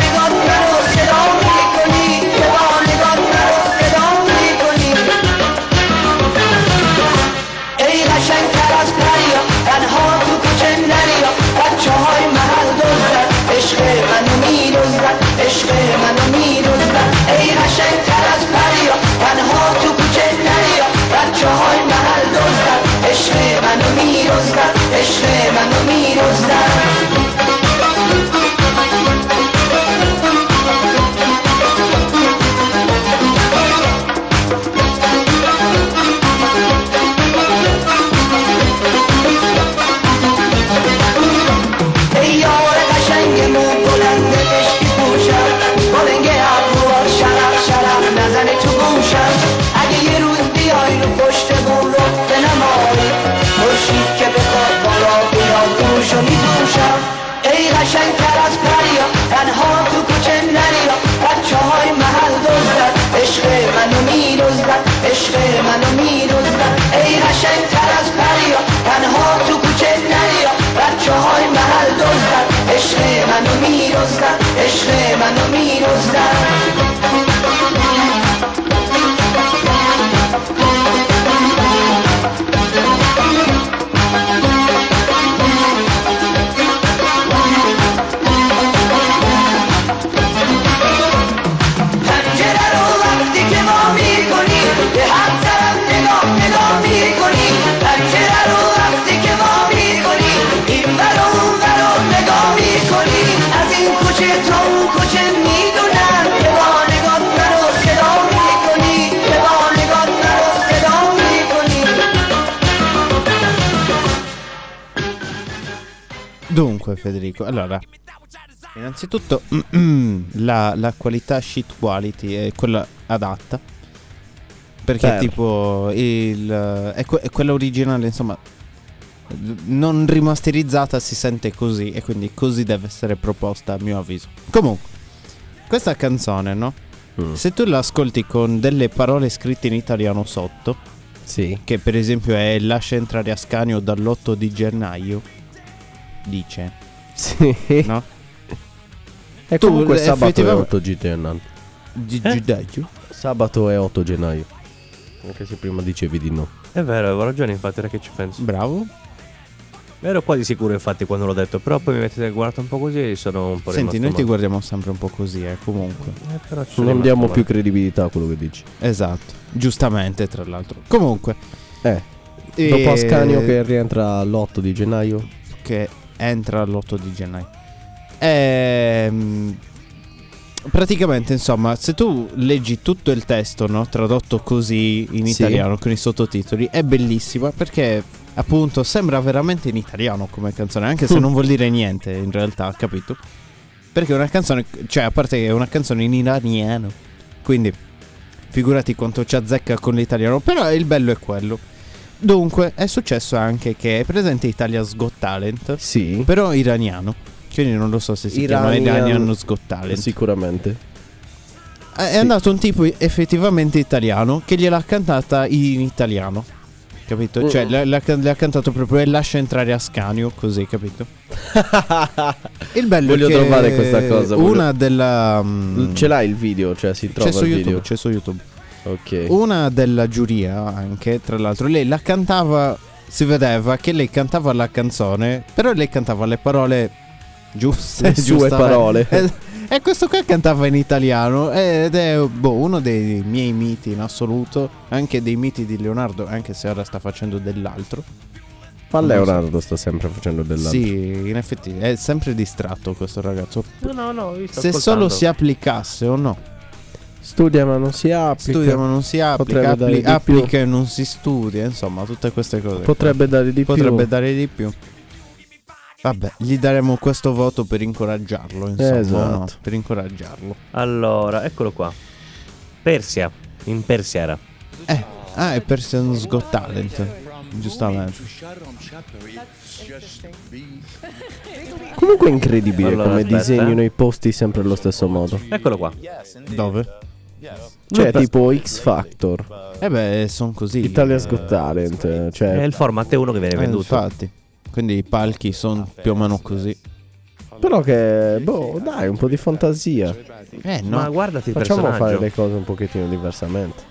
Dunque Federico, allora, innanzitutto la qualità shit quality è quella adatta, perché tipo è quella originale, insomma, non rimasterizzata si sente così, e quindi così deve essere proposta a mio avviso. Comunque, questa canzone, no? Se tu la ascolti con delle parole scritte in italiano sotto, sì, che per esempio è lascia entrare Ascanio dall'8 di gennaio, dice, sì, no? E Tu, comunque sabato è effettivamente- 8 gennaio. Giudaggio? Sabato è 8 gennaio. Anche se prima dicevi di no. È vero, avevo ragione, infatti, ora che ci penso. Bravo. Ero quasi sicuro, infatti, quando l'ho detto. Però poi mi avete guardato un po' così e sono un po' Senti, rimasto noi ti male. guardiamo sempre un po' così, comunque. Però ci sono Non rimasto diamo male. più credibilità a quello che dici. Esatto, giustamente, tra l'altro. Comunque, Dopo Ascanio che rientra l'8 di gennaio. che entra l'8 di gennaio. Praticamente, insomma, se tu leggi tutto il testo, no, tradotto così in Sì. italiano con i sottotitoli, è bellissima perché appunto sembra veramente in italiano come canzone, anche se non vuol dire niente in realtà, capito? Perché è una canzone, cioè, a parte che è una canzone in iraniano, quindi figurati quanto ci azzecca con l'italiano. Però il bello è quello. Dunque è successo anche che è presente Italia's Got Talent, Sì, però iraniano, quindi non lo so se si chiama Iranian's Got Talent. sicuramente. È andato un tipo effettivamente italiano che gliel'ha cantata in italiano, capito? Cioè l'ha cantato proprio e lascia entrare Ascanio, così, capito? Il bello Voglio è che trovare questa cosa, una della Ce l'hai il video? Cioè si trova c'è su il YouTube, video? c'è su YouTube. Ok. Una della giuria anche, tra l'altro, lei la cantava, si vedeva che lei cantava la canzone, però lei cantava le parole giuste, Le sue giustamente. parole. E questo qua cantava in italiano ed è uno dei miei miti in assoluto, anche dei miti di Leonardo, anche se ora sta facendo dell'altro. Ma Leonardo sta sempre facendo dell'altro. Sì, in effetti è sempre distratto questo ragazzo. No, io sto Se ascoltando. solo si applicasse o no. Studia ma non si applica. Studia ma non si applica, Potrebbe dare di applica e non si studia, insomma, tutte queste cose. Potrebbe dare di Potrebbe più. dare di più. Vabbè, gli daremo questo voto per incoraggiarlo, insomma, Esatto. no? Per incoraggiarlo. Allora, eccolo qua. Persia. In Persia era. È Persian's Got Talent, giustamente. Comunque è incredibile Allora, come aspetta, disegnano i posti sempre allo stesso modo. Eccolo qua. Dove? Cioè tipo X Factor, Sono così. Italia's Got Talent. È Cioè, il format 1 che viene venduto. Infatti. Quindi i palchi sono più o meno così. però che, dai, un po' di fantasia. No. Ma guardati il Facciamo personaggio. fare le cose un pochettino diversamente.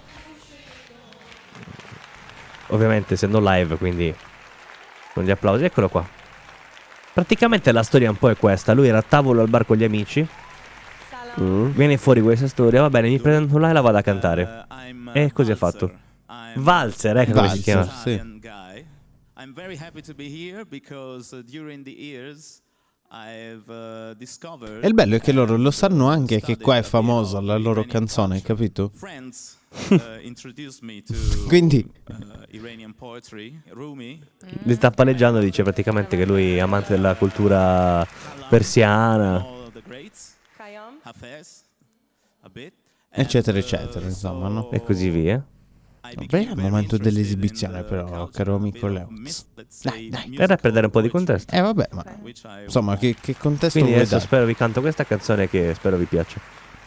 Ovviamente essendo live, quindi con gli applausi. Eccolo qua. Praticamente la storia un po' è questa. Lui era a tavolo al bar con gli amici. Viene fuori questa storia. Va bene, mi presento là e la vado a cantare. E così ha fatto. Valzer, come si Valzer, chiama. sì. I'm very happy to be here because during the years I've discovered. E il bello è che loro lo sanno anche che qua è famosa la loro canzone, capito? Friends introduced me to Quindi Iranian poetry, Rumi. Li sta palleggiando e dice praticamente che lui è amante della cultura persiana. All the greats, Hafez, a bit. eccetera eccetera, insomma, no? E così via. Vai al momento dell'esibizione però, caro amico Leo. Dai. Era per dare un po' di contesto. Vabbè, ma insomma, che contesto Quindi vuoi adesso dare? spero vi canto questa canzone che spero vi piaccia.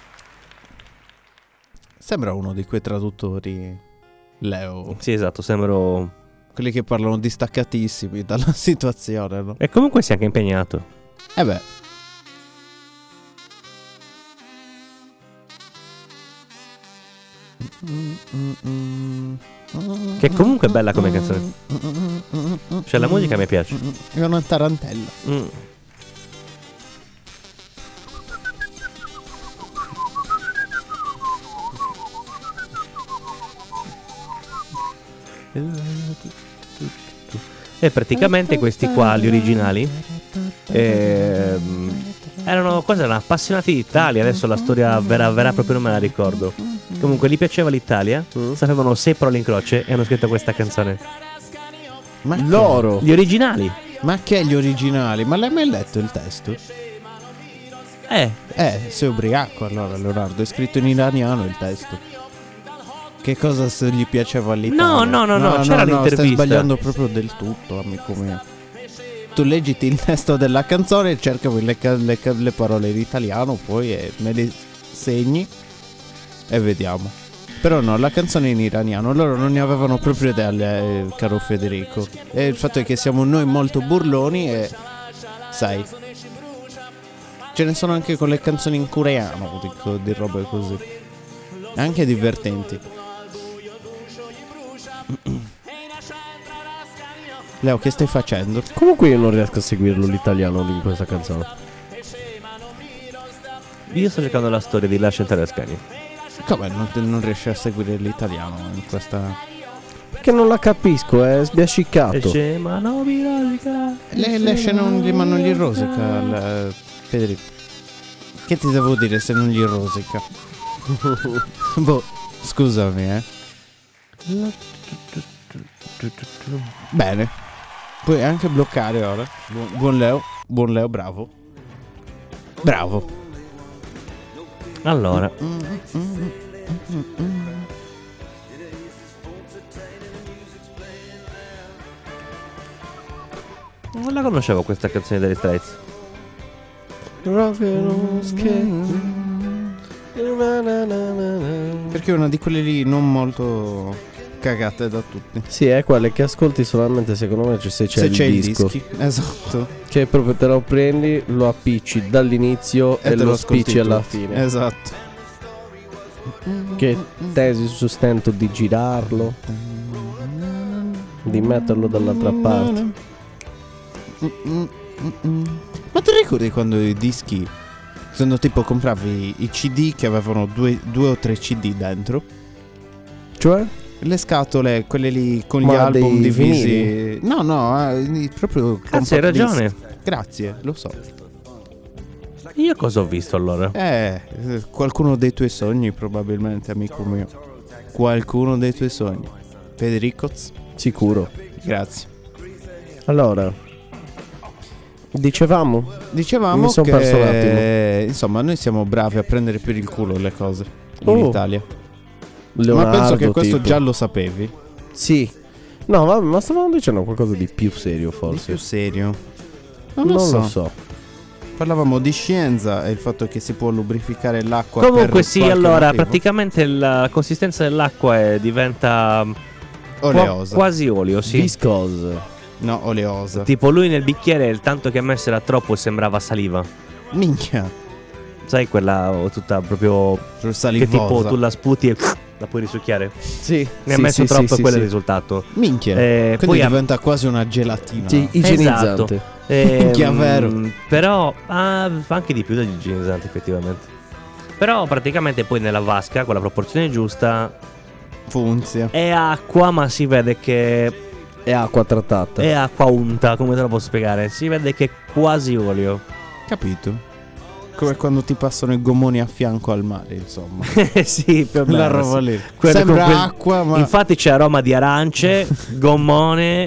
Sembra uno di quei traduttori, Leo, Sì, esatto, sembro. quelli che parlano distaccatissimi dalla situazione, no? E comunque si è anche impegnato. Beh. Che comunque è bella come canzone. Cioè la musica mi piace. È una tarantella. E praticamente questi qua, gli originali, erano appassionati d'Italia. Adesso la storia vera proprio non me la ricordo. Comunque gli piaceva l'Italia, sapevano 6 parole in croce e hanno scritto questa canzone. Ma Loro. Gli originali. Ma che gli originali? Ma l'hai mai letto il testo? Sei ubriaco allora, Leonardo. È scritto in iraniano il testo. Che cosa se gli piaceva all'Italia? No, c'era l'intervista. Stai sbagliando proprio del tutto, amico mio. Tu leggiti il testo della canzone e cerca le parole in italiano, poi me le segni e vediamo. Però no, la canzone è in iraniano, loro non ne avevano proprio idea, caro Federico. E il fatto è che siamo noi molto burloni e sai, ce ne sono anche con le canzoni in coreano, dico, di robe così, anche divertenti. Leo, che stai facendo? Comunque io non riesco a seguirlo l'italiano in questa canzone. Io sto cercando la storia di Lascia entrare Ascani. Come non riesci a seguire l'italiano in questa... Perché non la capisco, è sbiascicato. Ma no, mi rosica. L'esce non gli rosica, Federico. Che ti devo dire se non gli rosica? Boh, scusami, Bene. Puoi anche bloccare ora. Buon Leo, bravo. Allora, non la conoscevo questa canzone delle Straits. Perché è una di quelle lì non molto cagate da tutti. Sì, è quelle che ascolti solamente secondo me se c'è il disco. Esatto. Che proprio te lo prendi, lo appicci dall'inizio e lo spicci alla fine. Esatto. Che tesi sul stento di girarlo, di metterlo dall'altra parte. Ma ti ricordi quando i dischi, quando tipo compravi i CD che avevano due o tre CD dentro? Cioè? Le scatole, quelle lì con gli Ma album dei divisi. vinili? No, proprio. Cazzo, hai ragione. Grazie, lo so. Io cosa ho visto allora? Qualcuno dei tuoi sogni, probabilmente, amico mio. Qualcuno dei tuoi sogni. Federico? Sicuro. Grazie. Allora, dicevamo mi son che perso un attimo. Insomma, noi siamo bravi a prendere per il culo le cose in Italia. Leonardo, ma penso che questo tipo. già lo sapevi. Sì. No, vabbè, ma stavamo dicendo qualcosa di più serio, forse. Più serio? Non lo so. Parlavamo di scienza e il fatto che si può lubrificare l'acqua. Comunque sì, allora, motivo. praticamente la consistenza dell'acqua diventa oleosa. Quasi olio, sì. Viscosa. No, oleosa. Tipo lui nel bicchiere, il tanto che ha messo era troppo, sembrava saliva. Minchia. Sai quella tutta proprio salivosa. che tipo tu la sputi e la puoi risucchiare. Sì. Ne ha messo troppo e quello è il risultato. Minchia. Quindi poi diventa quasi una gelatina. Sì, igienizzante. Esatto. Minchia, vero. Però anche di più degli igienizzanti effettivamente. Però praticamente poi nella vasca con la proporzione giusta funziona. È acqua, ma si vede che è acqua trattata. È acqua unta, come te lo posso spiegare? Si vede che è quasi olio. Capito? Come quando ti passano i gommoni a fianco al mare, insomma. Sì, più o meno. La roba lì. Quello Sembra acqua, ma... Infatti c'è aroma di arance, gommone,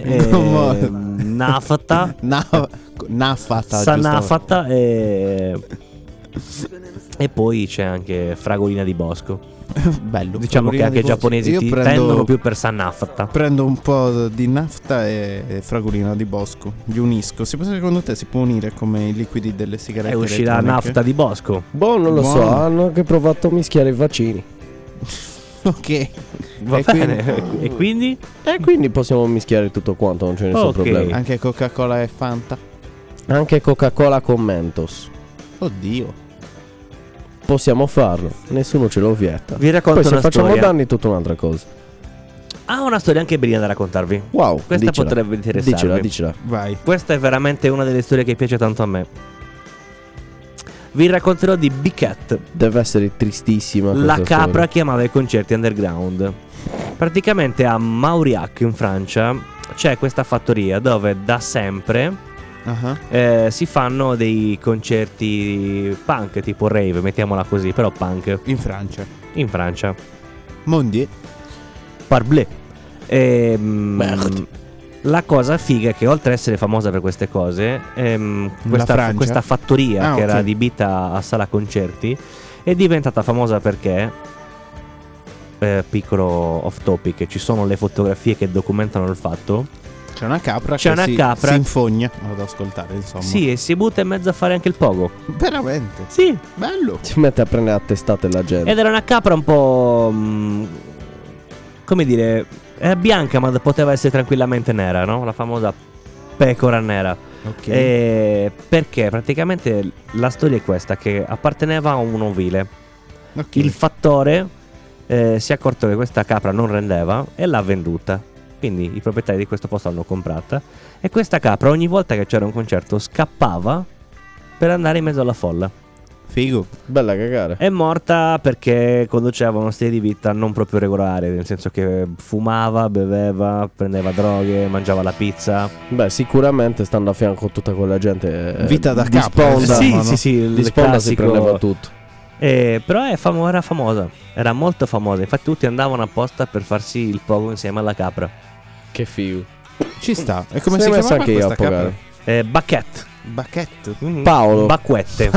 nafata. Nafata. Sanafata e poi c'è anche fragolina di bosco. Bello. Diciamo che anche i giapponesi tendono più per sanafata. Prendo un po' di nafta e fragolina di bosco. Li unisco. Secondo te si può unire come i liquidi delle sigarette? E uscirà nafta di bosco? Boh, non lo so. Hanno anche provato a mischiare i vaccini. Ok. Va bene. E quindi? E quindi possiamo mischiare tutto quanto, non c'è nessun problema. Anche Coca-Cola e Fanta? Anche Coca-Cola con Mentos. Oddio. Possiamo farlo, nessuno ce lo vieta. Vi racconto poi se una facciamo storia. danni è tutta un'altra cosa. Una storia anche bellina da raccontarvi. Wow, questa dicela. potrebbe interessarvi. Dicela. Vai. Questa è veramente una delle storie che piace tanto a me. Vi racconterò di Big Cat. Deve essere tristissima La questa capra storia. che amava i concerti underground. Praticamente a Mauriac in Francia c'è questa fattoria dove da sempre si fanno dei concerti punk, tipo rave, mettiamola così, però punk. In Francia. In Francia. Mondi. Parbleu. La cosa figa è che oltre a essere famosa per queste cose, questa fattoria che era adibita a sala concerti è diventata famosa perché, piccolo off topic, ci sono le fotografie che documentano il fatto. C'è una capra si infogna ad ascoltare, insomma. Sì, e si butta in mezzo a fare anche il pogo. Veramente? Sì. Bello. Si mette a prendere a testate la gente. Ed era una capra un po'... come dire... Era bianca, ma poteva essere tranquillamente nera, no? La famosa pecora nera. Ok. Perché praticamente la storia è questa, che apparteneva a un ovile. Ok. Il fattore si è accorto che questa capra non rendeva e l'ha venduta. Quindi i proprietari di questo posto l'hanno comprata. E questa capra ogni volta che c'era un concerto scappava per andare in mezzo alla folla. Figo. Bella cagare. È morta perché conduceva uno stile di vita non proprio regolare, nel senso che fumava, beveva, prendeva droghe, mangiava la pizza. Beh, sicuramente stando a fianco a tutta quella gente, vita da di capra, sponda, sì, no? sì, di il sponda si classico. prendeva tutto. Però era famosa, era molto famosa. Infatti tutti andavano apposta per farsi il pogo insieme alla capra. Che figo. Ci sta. E come Sei si messo chiama anche io questa a capra? pogare. Bacchetto. Bacchetto. Paolo. Bacquette.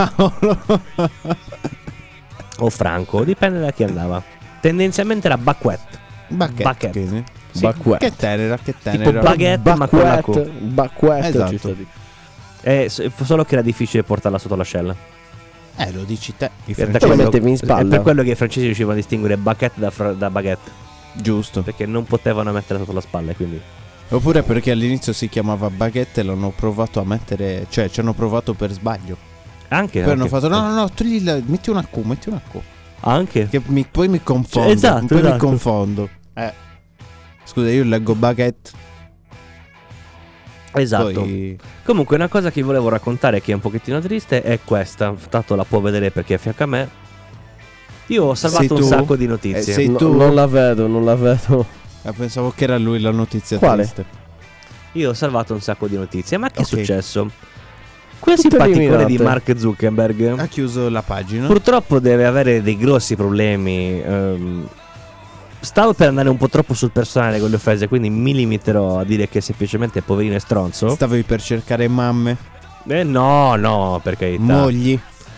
O Franco, dipende da chi andava. Tendenzialmente era Bacquette. Bacchetto. Sì. Bacquet. Che tenera, che Tipo tenera. baguette ma con la co. Bacquet. Esatto. Ci sta di- Solo che era difficile portarla sotto l'ascella. Lo dici te. I Per Te francesi. lo mettevi in spalla. È per quello che i francesi riuscivano a distinguere baguette da baguette, Giusto. perché non potevano metterla sotto la spalla, quindi. Oppure perché all'inizio si chiamava baguette e l'hanno provato a mettere. Cioè, ci hanno provato per sbaglio. Anche. Poi hanno fatto no, metti una Q. Anche. Che poi mi confondo. Esatto, Poi mi esatto. confondo. Scusa, io leggo baguette. Esatto. Poi... Comunque una cosa che volevo raccontare che è un pochettino triste è questa. Tanto la può vedere perché è a fianco a me. Io ho salvato Sei un tu? sacco di notizie. sei tu? Non la vedo. pensavo che era lui la notizia Quale? triste. Io ho salvato un sacco di notizie. Ma che è Ok. successo? Quel Tutte simpaticone di eliminate. Mark Zuckerberg Ha chiuso la pagina. purtroppo deve avere dei grossi problemi. Stavo per andare un po' troppo sul personale con le offese, quindi mi limiterò a dire che semplicemente poverino è stronzo. Stavi per cercare mamme, No, per carità. mogli.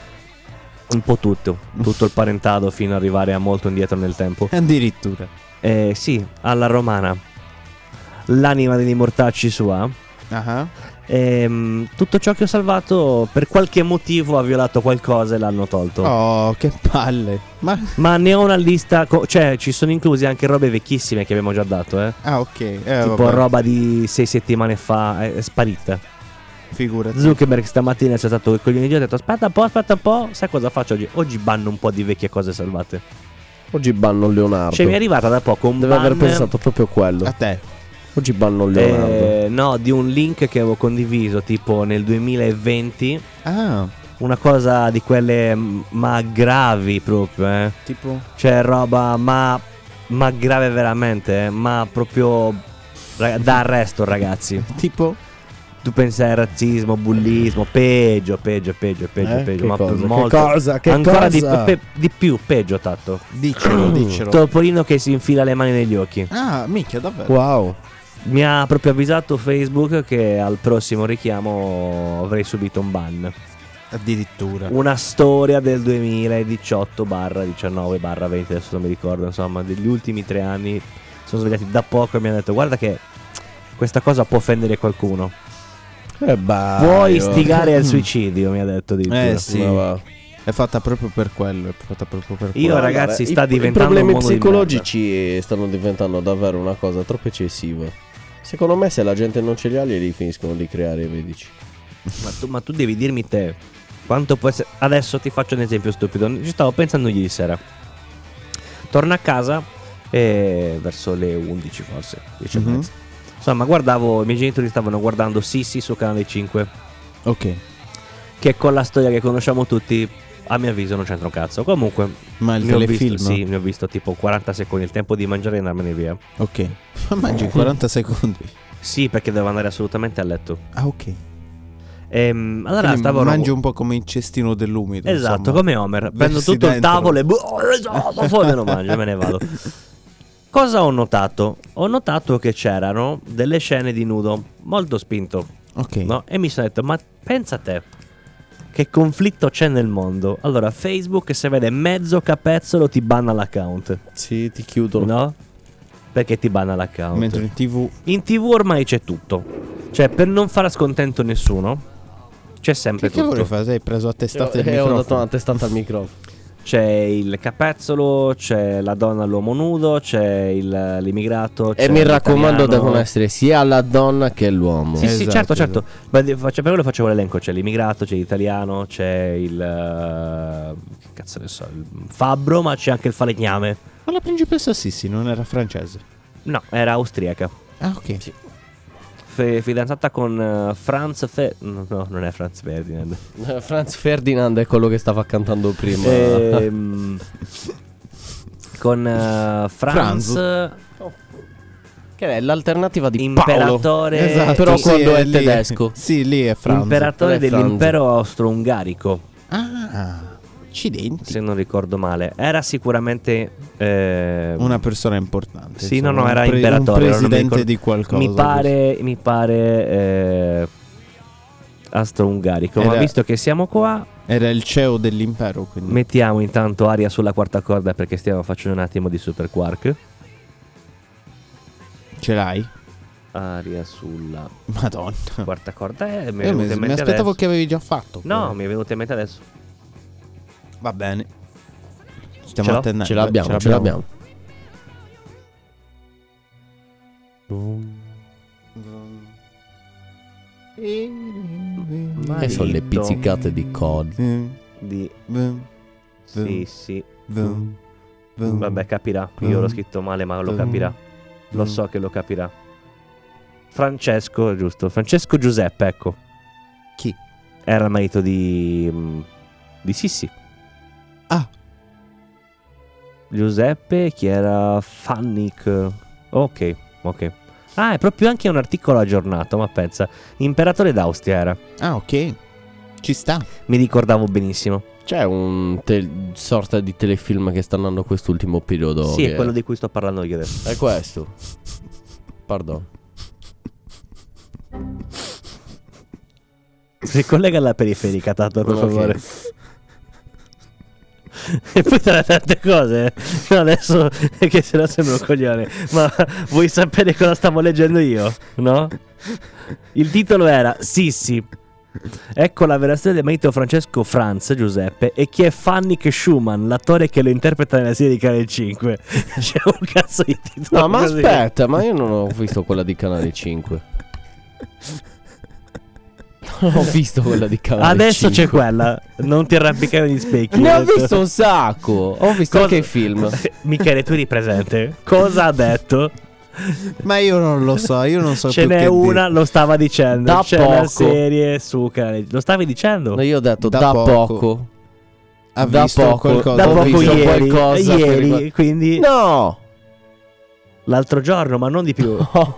Un po' tutto il parentado fino ad arrivare a molto indietro nel tempo. Addirittura. Sì, alla romana. L'anima degli mortacci sua. Ah. Tutto ciò che ho salvato per qualche motivo ha violato qualcosa e l'hanno tolto. Oh, che palle. Ma ne ho una lista, cioè ci sono incluse anche robe vecchissime che abbiamo già dato, Ok. tipo vabbè. roba di 6 settimane fa, è sparita. Figurati. Zuckerberg stamattina è stato il coglione di Dio, ha detto aspetta un po', sai cosa faccio oggi? Oggi banno un po' di vecchie cose salvate. Oggi banno Leonardo. Cioè mi è arrivata da poco un Deve ban, aver pensato proprio quello. A te. Oggi banno Leonardo. no, di un link che avevo condiviso tipo nel 2020. Ah, Una cosa di quelle ma gravi proprio, tipo. Cioè roba ma grave veramente, ma proprio da arresto, ragazzi. Tipo. Tu pensi al razzismo, bullismo, peggio. Che Ma cosa? molto. Che cosa? Che ancora cosa? di più, peggio, Tatto. Dicelo. Topolino che si infila le mani negli occhi. Ah, minchia, davvero. Wow. Mi ha proprio avvisato Facebook che al prossimo richiamo avrei subito un ban. Addirittura. Una storia del 2018/19/20, adesso non mi ricordo, insomma, degli ultimi 3 anni. Sono svegliati da poco e mi hanno detto guarda che questa cosa può offendere qualcuno. Puoi istigare al suicidio, mi ha detto addirittura. Sì. Ma va. È fatta proprio per quello. Io, ragazzi, sta diventando i problemi un mondo di psicologici stanno diventando davvero una cosa troppo eccessiva. Secondo me se la gente non ce li ha li finiscono di creare i medici. Ma tu devi dirmi te quanto può essere. Adesso ti faccio un esempio stupido. Ci stavo pensando ieri sera. Torno a casa verso le 11 forse 10 e mezza. Insomma, guardavo, i miei genitori stavano guardando Sissi su Canale 5. Ok. Che con la storia che conosciamo tutti, a mio avviso non c'entra un cazzo. Comunque, Ma il ne ho telefilm? visto, sì, ne ho visto tipo 40 secondi, il tempo di mangiare e andarmene via. Ok. Ma mangi in 40 secondi. Sì, perché devo andare assolutamente a letto. Ah, ok. Allora Quindi stavo mangi un po' come il cestino dell'umido. Esatto, insomma. come Homer. Prendo Versi tutto il dentro. tavolo e poi me lo mangio e me ne vado. Cosa ho notato? Ho notato che c'erano delle scene di nudo molto spinto, Ok. no? E mi sono detto, ma pensa a te, che conflitto c'è nel mondo? Allora, Facebook, se vede mezzo capezzolo, ti banna l'account, Sì, ti chiudono. no? Perché ti banna l'account. Mentre in TV... In TV ormai c'è tutto. Cioè, per non fare scontento nessuno, c'è sempre Che vuoi tutto. fare? Sei preso a testate il Ho dato microfono. una testata al microfono. C'è il capezzolo, c'è la donna all'uomo nudo, c'è l'immigrato. E c'è mi raccomando, l'italiano. devono essere sia la donna che l'uomo. Sì, sì, Esatto, certo. Ma per quello facevo l'elenco. C'è l'immigrato, c'è l'italiano, c'è il. Che cazzo ne so, il fabbro, ma c'è anche il falegname. Ma la principessa Sissi non era francese? No, era austriaca. Ah, ok. Fidanzata con no, non è Franz Ferdinand. Franz Ferdinand è quello che stava cantando prima. Con Franz, Che è l'alternativa di imperatore. Paolo. Però sì, quando è lì. tedesco. Sì, lì è Franz. Imperatore Non è Franz. dell'impero austro-ungarico, Ah, accidenti. se non ricordo male. Era sicuramente Una persona importante. Sì, insomma, no, era un imperatore, un non mi presidente ricordo. di qualcosa. Mi pare austro-ungarico. Ma Era- visto che siamo qua, Era il CEO dell'impero, quindi. mettiamo intanto aria sulla quarta corda, perché stiamo facendo un attimo di Super Quark. Ce l'hai? Aria sulla Madonna. quarta corda. Mi è Io venuto in mi mente aspettavo adesso. che avevi già fatto. No, però. mi è venuto in mente adesso. Va bene. Ce Stiamo l'ho? attendendo. Ce l'abbiamo, ce l'abbiamo. E sono le pizzicate di COD. Di sì. Vabbè, capirà. Io l'ho scritto male, ma lo capirà. Lo so che lo capirà. Francesco, giusto? Francesco Giuseppe, ecco. Chi? Era il marito di Sissi. Ah. Giuseppe, chi era Fannic. Ok. Ah, è proprio anche un articolo aggiornato, ma pensa. Imperatore d'Austria era. Ah, ok. Ci sta. Mi ricordavo benissimo. C'è un sorta di telefilm che sta andando quest'ultimo periodo. Sì, che è quello di cui sto parlando io adesso. È questo. Pardon. Ricollega alla periferica, Tato, per Ok. favore. E poi tra le tante cose, no, adesso è che se no sembra un coglione. Ma vuoi sapere cosa stavo leggendo io? No? Il titolo era Sissi. Ecco la vera storia del marito Francesco Franz Giuseppe e chi è Fannic Schumann, l'attore che lo interpreta nella serie di Canale 5. C'è un cazzo di titolo. No, ma così. aspetta, ma io non ho visto quella di Canale 5. Non ho visto quella di Canale 5. Adesso c'è quella. Non ti arrampicare negli specchi. Ne ho visto un sacco. Ho visto Cosa- anche i film. Michele, tu eri presente? Cosa ha detto? Ma io non lo so. Io non so Ce più n'è che una, lo stava dicendo. Da C'è poco. una serie su Canale. Lo stavi dicendo? No, io ho detto Da da poco. poco. Ha Da visto poco. qualcosa. Da ho poco visto ieri. qualcosa che Ieri, riguarda- quindi No. l'altro giorno, ma non di più.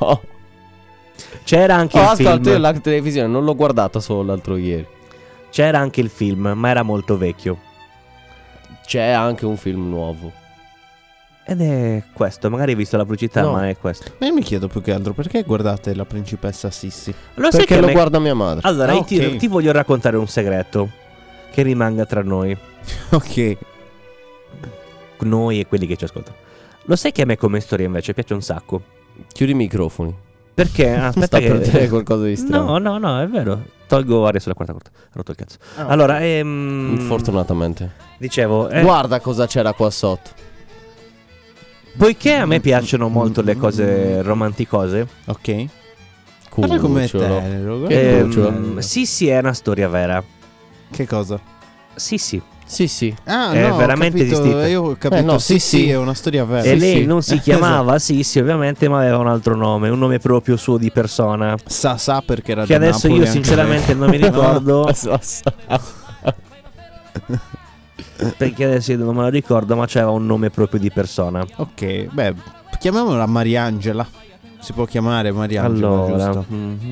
C'era anche il Ascolta, io film. la televisione non l'ho guardata solo l'altro ieri. C'era anche il film, ma era molto vecchio. C'è anche un film nuovo. Ed è questo. Magari hai visto la pubblicità, No. ma è questo. Ma io mi chiedo più che altro perché guardate la principessa Sissi. Lo sai Perché che lo me- guarda mia madre. Allora, Ah, io ok. ti voglio raccontare un segreto che rimanga tra noi. Ok. Noi e quelli che ci ascoltano. Lo sai che a me come storia invece piace un sacco? Chiudi i microfoni. Perché? Aspetta Sta per dire qualcosa di strano. No, è vero. Tolgo aria sulla quarta corda. Ha rotto il cazzo. Allora, Fortunatamente. dicevo, Guarda cosa c'era qua sotto. poiché a me piacciono molto le cose romanticose, Ok. Guarda com'è Cucciolo. tenero. Che guarda. cucciolo. sì, è una storia vera. Che cosa? Sì. Sì, sì. Ah, È no, veramente ho capito, esistita. Io ho capito. no, sì, sì, sì. è una storia vera. E Sì, lei sì. non si chiamava Sissi, ovviamente, ma aveva un altro nome, un nome proprio suo di persona. Sa perché era Che da adesso Napoli io anche sinceramente lei. non mi ricordo. Ah, Perché adesso io non me lo ricordo, ma c'era un nome proprio di persona. Ok, beh, chiamiamola Mariangela. Si può chiamare Mariangela, Allora, giusto?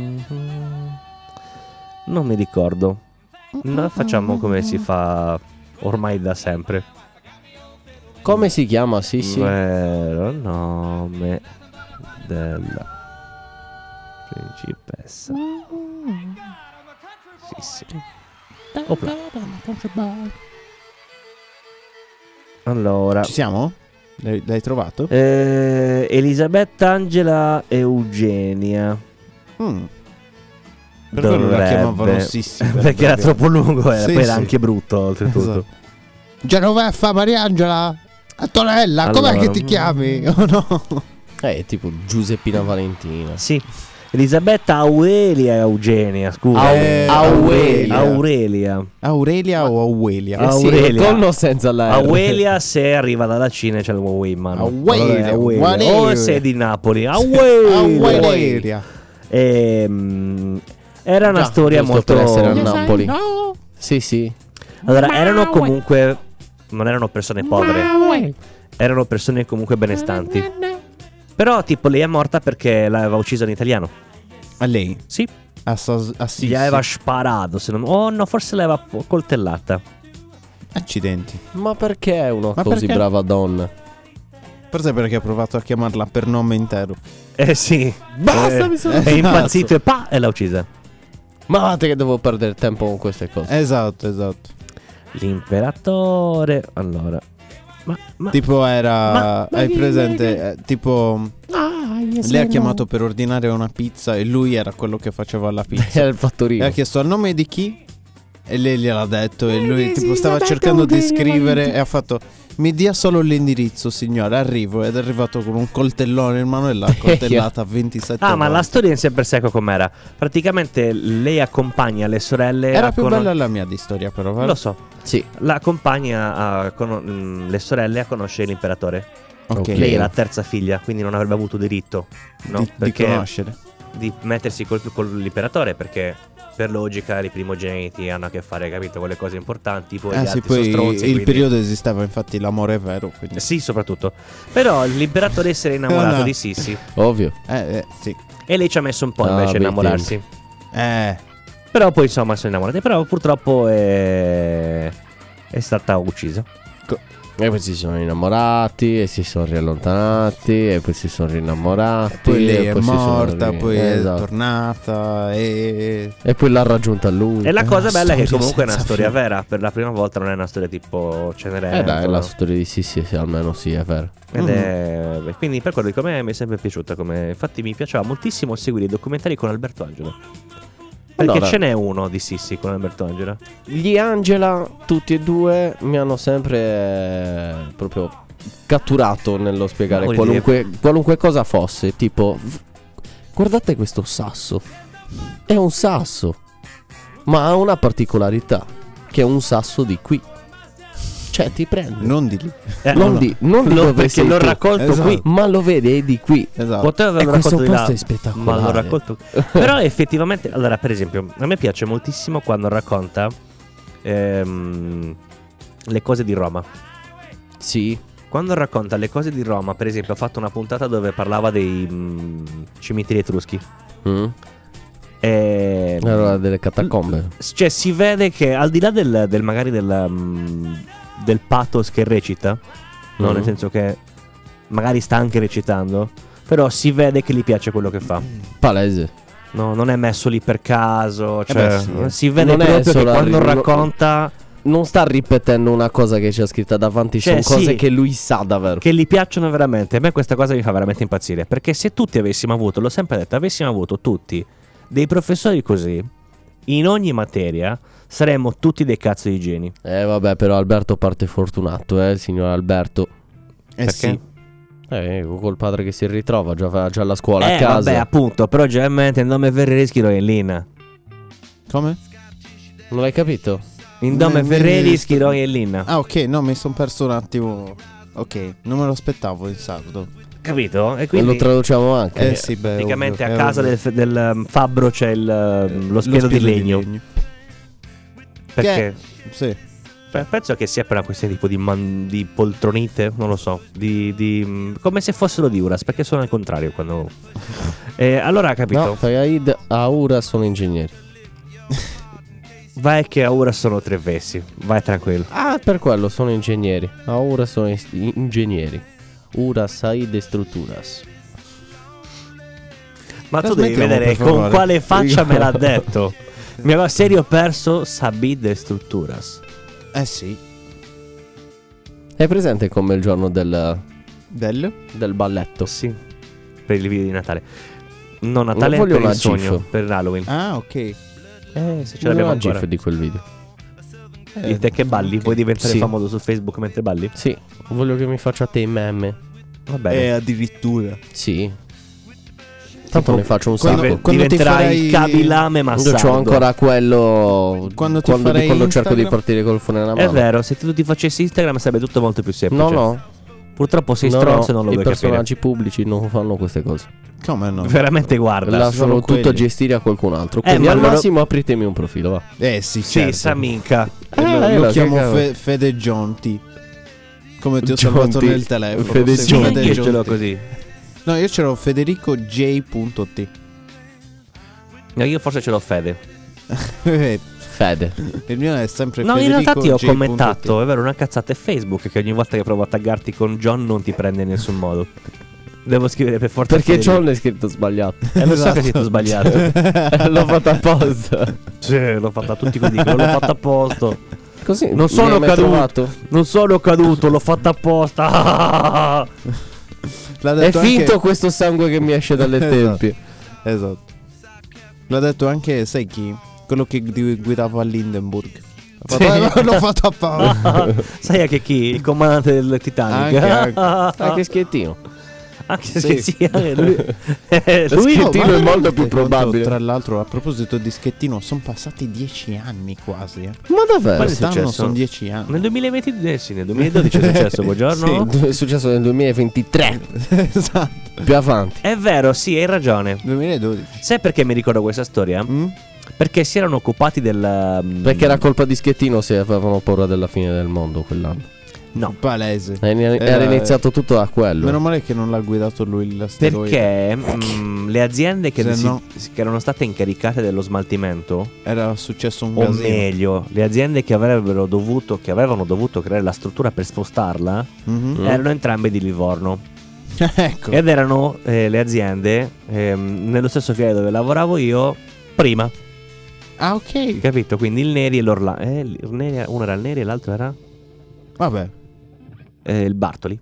non mi ricordo. No, facciamo come si fa ormai da sempre. Come si chiama Sissi? Vero nome della principessa Sissi. Opla. Allora, Ci siamo? L'hai trovato? Elisabetta Angela Eugenia. Per quello la chiamavano Sissi. Perché era troppo lungo, poi Sì, era sì. anche brutto oltretutto. Esatto. Genoveffa Mariangela Antonella, Allora, com'è che ti chiami? Oh no. Tipo Giuseppina Valentina. Sì. Elisabetta Aurelia Eugenia, scusa. Aurelia. Aurelia. Aurelia o Auelia? Sì, Aurelia. con o senza la R. Aurelia se arriva dalla Cina e c'è il Huawei in mano. Aurelia, Allora è Aurelia. Aurelia. O se è di Napoli. Aurelia. Auelia. Era una storia giusto molto... per essere a Napoli. Sì. Allora, erano comunque... Non erano persone povere. Erano persone comunque benestanti. Però tipo lei è morta perché l'aveva uccisa un italiano. A lei? Sì. A Sissi. Gli aveva sparato, se non... Oh no, forse l'aveva coltellata. Accidenti. Ma perché è una Ma così perché? brava donna? Forse perché ha provato a chiamarla per nome intero. Sì. Basta, mi sono È impazzito e l'ha uccisa. Ma guardate che devo perdere tempo con queste cose. Esatto. L'imperatore. Allora. Ma Tipo era... ma hai che- presente? Tipo... lei ha chiamato per ordinare una pizza e lui era quello che faceva la pizza. Era il E fattorino. ha chiesto il nome di chi? E lei gliel'ha detto e lui tipo stava cercando di scrivere e ha fatto: mi dia solo l'indirizzo signore, arrivo. Ed è arrivato con un coltellone in mano e l'ha coltellata 27 Ah, ma volte. la storia in sé per sé com'era? Praticamente lei accompagna le sorelle Era a più bella la mia di storia però, vero? Lo so. Sì. La accompagna le sorelle a conoscere l'imperatore. Ok. Lei è la terza figlia, quindi non avrebbe avuto diritto, no? Di Perché conoscere. di mettersi con l'imperatore, perché per logica i primogeniti hanno a che fare, capito, con le cose importanti, poi gli Sì, altri poi sono stronzi, il quindi- periodo esisteva infatti l'amore è vero, quindi. Sì, soprattutto. Però l'imperatore si era innamorato No. di Sissi Ovvio. Sì. e lei ci ha messo un po' invece a bei innamorarsi. Eh. Però poi insomma sono innamorati. Però purtroppo è stata uccisa. E poi si sono innamorati e si sono riallontanati e poi si sono rinnamorati. Poi lei e è poi si sono morta, poi Esatto. è tornata e E poi l'ha raggiunta lui. E la cosa una bella è che storia comunque è una senza storia fine. vera. Per la prima volta non è una storia tipo Cenerentola. Dai, la storia di Sissi almeno sì, è vero. Ed è quindi per quello dico, a me mi è sempre piaciuta come... Infatti mi piaceva moltissimo seguire i documentari con Alberto Angela. Perché Allora, ce n'è uno di Sissi con Alberto Angela. gli Angela, tutti e due, mi hanno sempre proprio catturato nello spiegare Vuol qualunque cosa fosse. Tipo, guardate questo sasso. È un sasso, ma ha una particolarità, che è un sasso di qui. Cioè ti prende. non di lì. Non di dove perché sei l'ho tu. raccolto Esatto. qui. Ma lo vedi, è di qui. Esatto. Poteva averlo E questo raccolto di là, posto è spettacolare. ma l'ho raccolto. Però effettivamente, allora, per esempio, a me piace moltissimo quando racconta le cose di Roma. Sì. Quando racconta le cose di Roma, per esempio, ha fatto una puntata dove parlava dei cimiteri etruschi. Allora, delle catacombe. Cioè, si vede che al di là del magari del pathos che recita, no? Nel senso che magari sta anche recitando, però si vede che gli piace quello che fa. Palese. No, non è messo lì per caso. Cioè, beh, sì. si vede Non è proprio che solo quando arrivo- racconta Non sta ripetendo una cosa che c'è scritta davanti, Cioè, sono cose sì. che lui sa davvero. che gli piacciono veramente. A me questa cosa mi fa veramente impazzire. Perché se tutti avessimo avuto, l'ho sempre detto, avessimo avuto tutti dei professori così, in ogni materia, saremmo tutti dei cazzo di geni. Vabbè, però Alberto parte fortunato, il signor Alberto. Perché? Sì. Col padre che si ritrova, già la scuola a casa. Vabbè, appunto, però generalmente il nome Ferrerischi è Lina. Come? Non l'hai capito? Il nome Ferrerischi è Lina. Ah, ok, no, mi sono perso un attimo. Ok, non me lo aspettavo in sardo. Capito? E E quindi lo traduciamo anche. Sì, beh, praticamente ovvio, a casa ovvio. del fabbro c'è lo spiedo di legno. Perché? Sì. Penso che sia per una questione tipo di poltronite, non lo so, come se fossero di Uras, perché sono al contrario quando... allora, capito? No, Faid, Aura sono ingegneri. Vai che ora sono 3 vessi. Vai tranquillo. Ah, per quello sono ingegneri. Ora sono ingegneri. Ora sai de strutturas. Ma tu devi vedere con quale faccia me l'ha detto. Mi aveva serio perso Sabid de Strutturas. Sì. Hai presente come il giorno del balletto? Sì. Per il video di Natale. Non Natale, voglio per una il sogno. gif. Per Halloween. Ah, ok. Se ce l'abbiamo una ancora. gif di quel video. E te che balli? ok. Vuoi diventare Sì. famoso su Facebook mentre balli? Sì, voglio che mi facciate i meme. Va bene. Addirittura. Sì. Tanto ne faccio un quando- sacco. quando ti Diventerai farai- il Kabilame Io Massardo. c'ho ancora quello. Quando ti farai quando cerco di Instagram? partire col phone nella È mano. vero, se tu ti facessi Instagram sarebbe tutto molto più semplice. No. Purtroppo sei No, stronzo e non lo i vuoi capire. personaggi pubblici non fanno queste cose. Come no? Veramente guarda. Lasciano sono tutto a quelli. gestire a qualcun altro. Quindi ma al allora- massimo apritemi un profilo, va. Sì, Sì, certo. Saminca. Lo che chiamo cavolo. Fede Gionti. Come ti ho Gionti. salvato nel telefono. Fede Sei Gionti. Anche io ce l'ho Gionti. così. No, io c'ero Federico J.T. No, io forse ce l'ho Fede. Fede. Il mio è sempre No, in Federico realtà ti ho J.T.. commentato, è vero, una cazzata è Facebook che ogni volta che provo a taggarti con John non ti prende in nessun modo. Devo scrivere per forza Perché Federico. John è scritto sbagliato. Lo so che siete sbagliato. L'ho fatto apposta. Sì, l'ho fatta, tutti quelli dicono l'ho fatto apposta. Così Non sono mi hai mai caduto. trovato? Non sono caduto, l'ho fatta apposta. L'ha È detto finto anche... questo sangue che mi esce dalle tempie. Esatto. L'ha detto anche, sai chi? Quello che guidava all'Hindenburg. L'ho fatto apposta. Sai anche chi? Il comandante del Titanic. Anche. Che schiettino. Anche Sì. se sì, anche lui. Lui No, Schettino ma è molto veramente più probabile. Tra l'altro, a proposito di Schettino, sono passati 10 anni quasi. Ma davvero? Quale- Quest'anno successo? sono 10 anni. Nel 2020, sì, nel 2012 è successo, buongiorno. È successo nel 2023. Esatto. Più avanti. È vero, sì, hai ragione. 2012. Sai perché mi ricordo questa storia? Perché si erano occupati del. Perché era colpa di Schettino se avevano paura della fine del mondo quell'anno. No. Palese. Era iniziato tutto da quello. Meno male che non l'ha guidato lui l'asteroide. Perché le aziende che, Se no- che erano state incaricate dello smaltimento, Era successo un o casino. meglio, le aziende che avevano dovuto creare la struttura per spostarla, Mhm. erano entrambe di Livorno. Ecco. Ed erano le aziende nello stesso filiale dove lavoravo io prima, Ah, ok. capito? Quindi il Neri e l'Orlando. Uno era il Neri e l'altro era Vabbè. il Bartoli.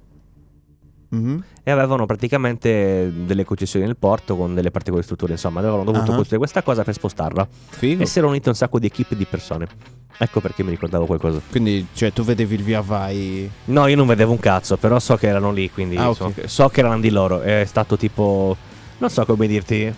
Mhm. E avevano praticamente delle concessioni nel porto con delle particolari strutture. Insomma, avevano dovuto Ah. costruire questa cosa per spostarla. Figo. E si erano unite un sacco di equip di persone. Ecco perché mi ricordavo qualcosa. Quindi, cioè, tu vedevi il via vai. No, io non vedevo un cazzo, però so che erano lì, quindi Ah, ok. so che erano di loro. È stato tipo, non so come dirti,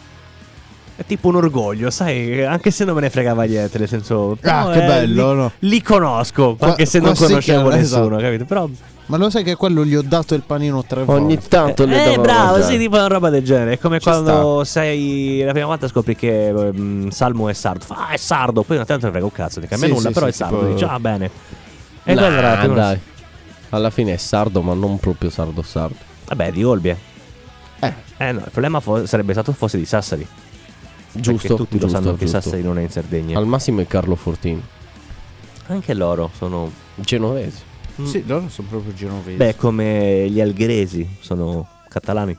è tipo un orgoglio, sai, anche se non me ne fregava niente, nel senso... Ah, no, che bello, no? Li conosco, Qua- anche se non qua sì che- conoscevo nessuno, esatto. capito? Però... Ma lo sai che quello gli ho dato il panino 3 volte. Ogni tanto le davo bravo, mangiare. sì, tipo una roba del genere. È come Ci quando sei la prima volta scopri che Salmo è sardo. È sardo, poi una tanto ne frega un cazzo, ti cambia Sì, nulla, sì, però sì, è sardo. tipo- Dici, ah, bene. E Nah, quello era la prima- dai. Alla fine è sardo, ma non proprio sardo. Vabbè, di Olbie. No, il problema sarebbe stato fosse di Sassari. Giusto. Perché tutti lo giusto, sanno che giusto. Sassari non è in Sardegna. Al massimo è Carlo Fortini. Anche loro sono. Genovesi. Sì, loro sono proprio genovesi. Beh, come gli algheresi sono catalani.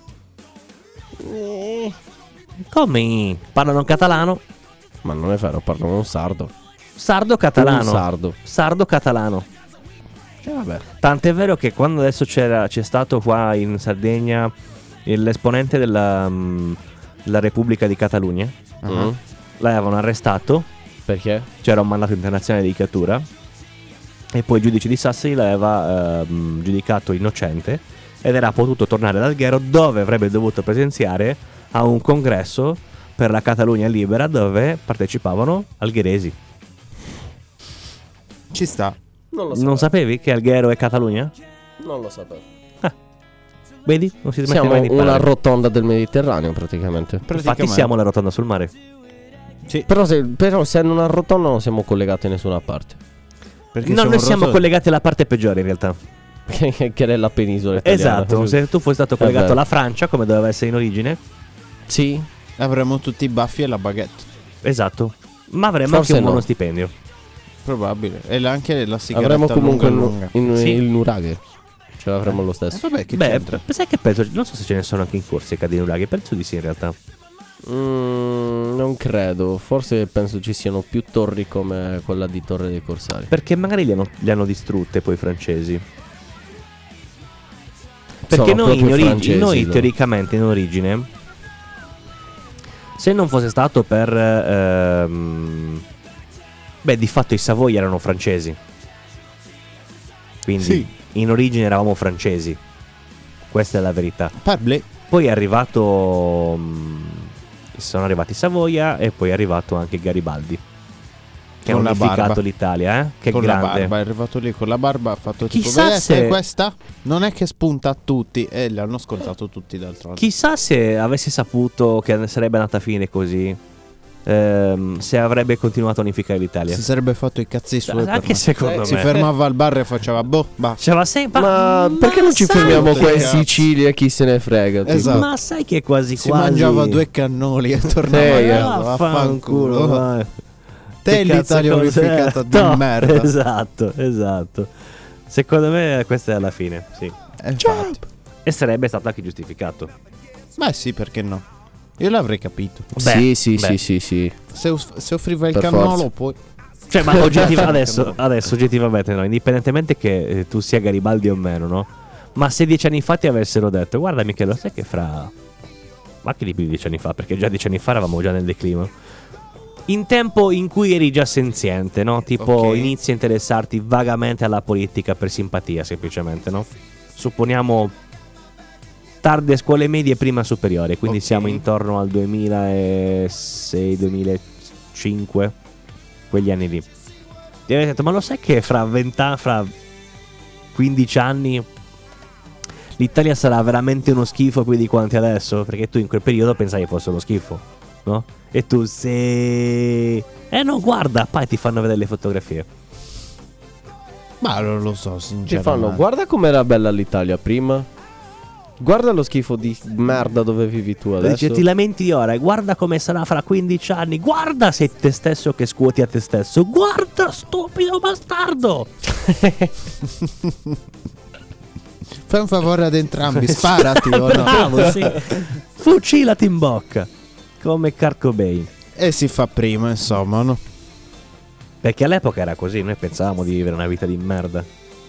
Come? Parlano catalano? Ma non è vero, parlano un sardo. Sardo catalano. Un sardo. Sardo catalano. Vabbè. Tant'è vero che quando adesso c'è stato qua in Sardegna l'esponente della Repubblica di Catalogna, Mhm. l'avevano arrestato. Perché? C'era un mandato internazionale di cattura e poi il giudice di Sassari l'aveva giudicato innocente ed era potuto tornare ad Alghero, dove avrebbe dovuto presenziare a un congresso per la Catalogna libera dove partecipavano algheresi. Ci sta. Non lo Non sapevi che Alghero è Catalogna? Non lo sapevo. Vedi? Non si smette Siamo mai di una imparare. rotonda del Mediterraneo praticamente. Infatti siamo la rotonda sul mare. Sì. Però se in una rotonda non siamo collegati a nessuna parte. Perché No, noi siamo rotondi. collegati alla parte peggiore in realtà. che è la penisola italiana. Esatto, se tu fossi stato collegato vero. alla Francia come doveva essere in origine, Sì. Avremmo tutti i baffi e la baguette. esatto. Ma avremmo Forse anche un no. buono stipendio. Probabile. E anche la sigaretta Avremo comunque lunga. il nuraghe. Ce l'avremo lo stesso. Vabbè, che Beh, c'entra? sai che penso, non so se ce ne sono anche in corsica di nuraghe, penso di sì in realtà. Non credo. Forse penso ci siano più torri come quella di Torre dei Corsari. Perché magari le hanno distrutte poi i francesi. Perché Sono noi, proprio francesi, noi loro. teoricamente in origine, se non fosse stato per di fatto i Savoia erano francesi. Quindi Sì. in origine eravamo francesi. Questa è la verità. Parblé. Poi è arrivato sono arrivati i Savoia e poi è arrivato anche Garibaldi, che ha Con la unificato barba. l'Italia, che Con grande. la barba, è arrivato lì con la barba, ha fatto tipo, Chissà vedete se- questa? Non è che spunta a tutti e le hanno ascoltato tutti d'altronde. Chissà se avesse saputo che sarebbe andata a finire così, se avrebbe continuato a unificare l'Italia. Si sarebbe fatto i cazzi suoi per Anche me. secondo Si me. fermava al bar e faceva basta. Cioè, ma sai, Ma perché non ci sai- fermiamo qua in cazzo. Sicilia? Chi se ne frega? tipo? Esatto. Ma sai che quasi Si quasi mangiava 2 cannoli e tornava a casa. Vaffanculo. vai. Te Che l'Italia cazzo cos'è? unificata di No, merda. Esatto. Secondo me questa è la fine, sì. Infatti. E sarebbe stato anche giustificato. Beh sì, perché no? Io l'avrei capito. Beh, Sì. Se offriva il Per cannolo forza. poi... Cioè, ma adesso oggettivamente, no, indipendentemente che tu sia Garibaldi o meno, no? Ma se 10 anni fa ti avessero detto, guarda Michele, sai che fra... Ma che di più di 10 anni fa, perché già 10 anni fa eravamo già nel declino. In tempo in cui eri già senziente, no? Tipo Ok. inizi a interessarti vagamente alla politica per simpatia, semplicemente, no? Supponiamo tarde scuole medie, prima superiore, quindi Ok. siamo intorno al 2006-2005, quegli anni lì. Ti avrei detto, ma lo sai che fra 20 anni, fra 15 anni l'Italia sarà veramente uno schifo più di quanti adesso? Perché tu in quel periodo pensavi fosse uno schifo, no? E tu sei... no, guarda, poi ti fanno vedere le fotografie. Ma non lo so, Ci sinceramente. fanno, guarda com'era bella l'Italia prima. Guarda lo schifo di merda dove vivi tu adesso. Dice, ti lamenti ora e guarda come sarà fra 15 anni. Guarda sei te stesso che scuoti a te stesso. Guarda, stupido bastardo. Fai un favore ad entrambi, sparati o no? Bravo, sì. Fucilati in bocca. Come Kurt Cobain. E si fa prima, insomma, no? Perché all'epoca era così, noi pensavamo di vivere una vita di merda.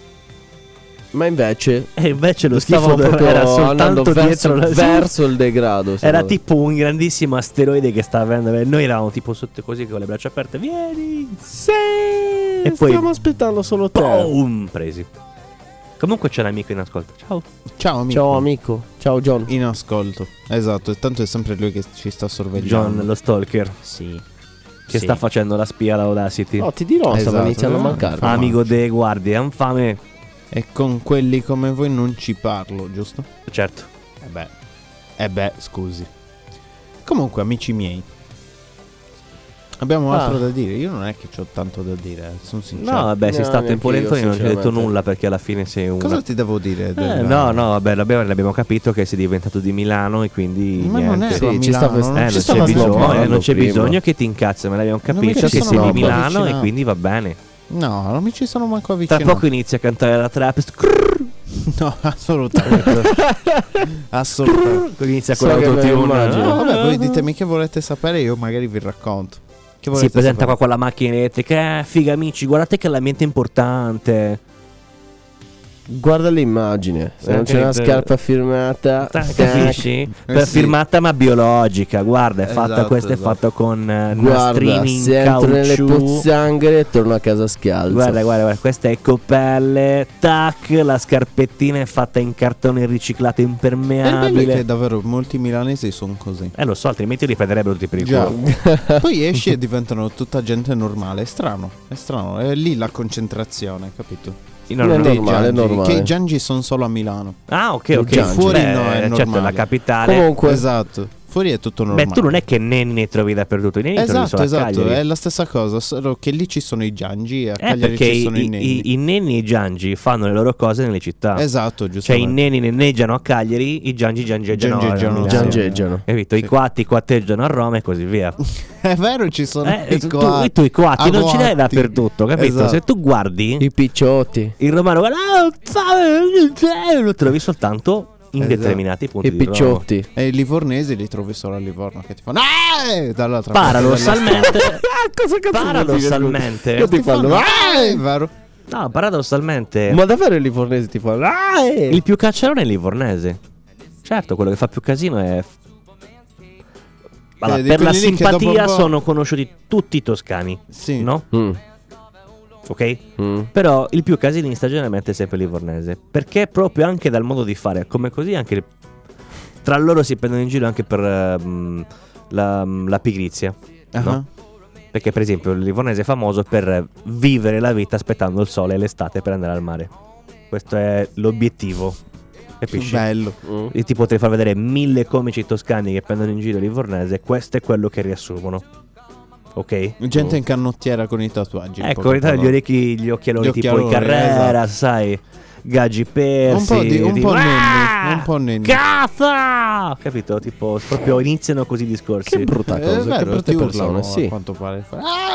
Ma invece E invece lo schifo stavano proprio era andando soltanto dietro verso il degrado. Era tipo un grandissimo asteroide che stava avendo. Noi eravamo tipo sotto così con le braccia aperte. Vieni. Sì, E poi stiamo aspettando solo te. Boom, presi. Comunque c'è un amico in ascolto. Ciao. Ciao amico. Ciao amico. Ciao John. In ascolto. Esatto, e tanto è sempre lui che ci sta sorvegliando. John lo stalker Sì. che sta facendo la spia da Audacity. No, ti dirò, stavo Esatto, iniziando a no? mancare. Ah, Amico dei guardie, infame. E con quelli come voi non ci parlo, giusto? Certo. Eh beh, scusi. Comunque, amici miei, abbiamo altro da dire. Io non è che c'ho tanto da dire, sono sincero. No, vabbè, sei No, stato neanche imponente io, e non ci hai detto sinceramente. nulla perché alla fine sei un... Cosa ti devo dire? No, vabbè, l'abbiamo capito che sei diventato di Milano e quindi Ma non niente. ero a Sì, ci Milano, stava- non Non ci c'è stava bisogno, snobbando non c'è prima. bisogno che ti incazzi, me l'abbiamo Non mi capito ci che sono sei di manco Milano e avvicinato. quindi va bene. No, non mi ci sono manco Tra avvicinato. poco inizia a cantare la trap. No, assolutamente. Assolutamente. Inizia con So che me lo l'autotune. immagino. No, vabbè, voi ditemi che volete sapere, io magari vi racconto. Che volete Si presenta qua sapere? con la macchina elettrica. Figa amici, guardate che l'ambiente è importante. Guarda l'immagine. Sì, Non c'è una sì. scarpa firmata. Capisci? Per sì. firmata ma biologica. Guarda, è fatta, Esatto, questa esatto. è fatta con Guarda, nastrini in se entro nelle caucciù. pozzanghere e torno a casa scalzo. Guarda, questa è copelle. Tac, la scarpettina è fatta in cartone riciclato E il bello è che impermeabile. davvero molti milanesi sono così. Lo so, altrimenti li prenderebbero tutti per il Già. culo. Poi esci e diventano tutta gente normale. È strano, è lì la concentrazione, capito? No, È no, Dei normale, è Giangi, normale. Che i Giangi sono solo a Milano. Ah, ok. Giangi. Fuori no, è Certo, normale. la capitale. Comunque, Esatto. Fuori è tutto normale. Beh, tu non è che nenni ne trovi dappertutto, i nenni trovi Esatto, solo a esatto, Cagliari. è la stessa cosa, solo che lì ci sono i Giangi e a Cagliari perché ci sono i nenni. i nenni e i Giangi fanno le loro cose nelle città. Esatto, Cioè giustamente. i nenni nenneggiano a Cagliari, i Giangi giangeggiano a Milano. Giangeggiano. Capito? I quatti quatteggiano a Roma e così via. È vero, ci sono i tu i quatti non ce l'hai quatti. dappertutto, capito? Esatto. Se tu guardi I picciotti. il romano guarda, lo trovi soltanto in Esatto. determinati punti I di Roma. picciotti. E i livornesi li trovi solo a Livorno che ti fanno dall'altra parte Paradossalmente Cosa cazzo paradossalmente Io ti fanno. è vero. no, paradossalmente Ma davvero i livornesi ti fanno. il più cacciarone è il livornese. Certo, quello che fa più casino è allora, di per la quelli lì che dopo un simpatia po'- sono conosciuti tutti i toscani, Sì. no? Ok? Però il più casinista generalmente è sempre il livornese. Perché proprio anche dal modo di fare, come così anche tra loro si prendono in giro anche per la pigrizia, no? Perché per esempio il livornese è famoso per vivere la vita aspettando il sole e l'estate per andare al mare. Questo è l'obiettivo. Capisci? Bello. Io ti potrei far vedere 1000 comici toscani che prendono in giro il livornese. Questo è quello che riassumono. Ok? Gente in canottiera con i tatuaggi. in Ecco, poche gli parole. orecchi, gli occhialoni Gli tipo occhialoni, i Carrera, esatto. sai, Gaggi Persi. Un tipo, po' nenni, "Ah, un po' nenni." Cazzo! Capito? Tipo, proprio iniziano così i discorsi. Che brutta cosa. È vero, che brutte ti persone. urlano, Sì. a quanto pare.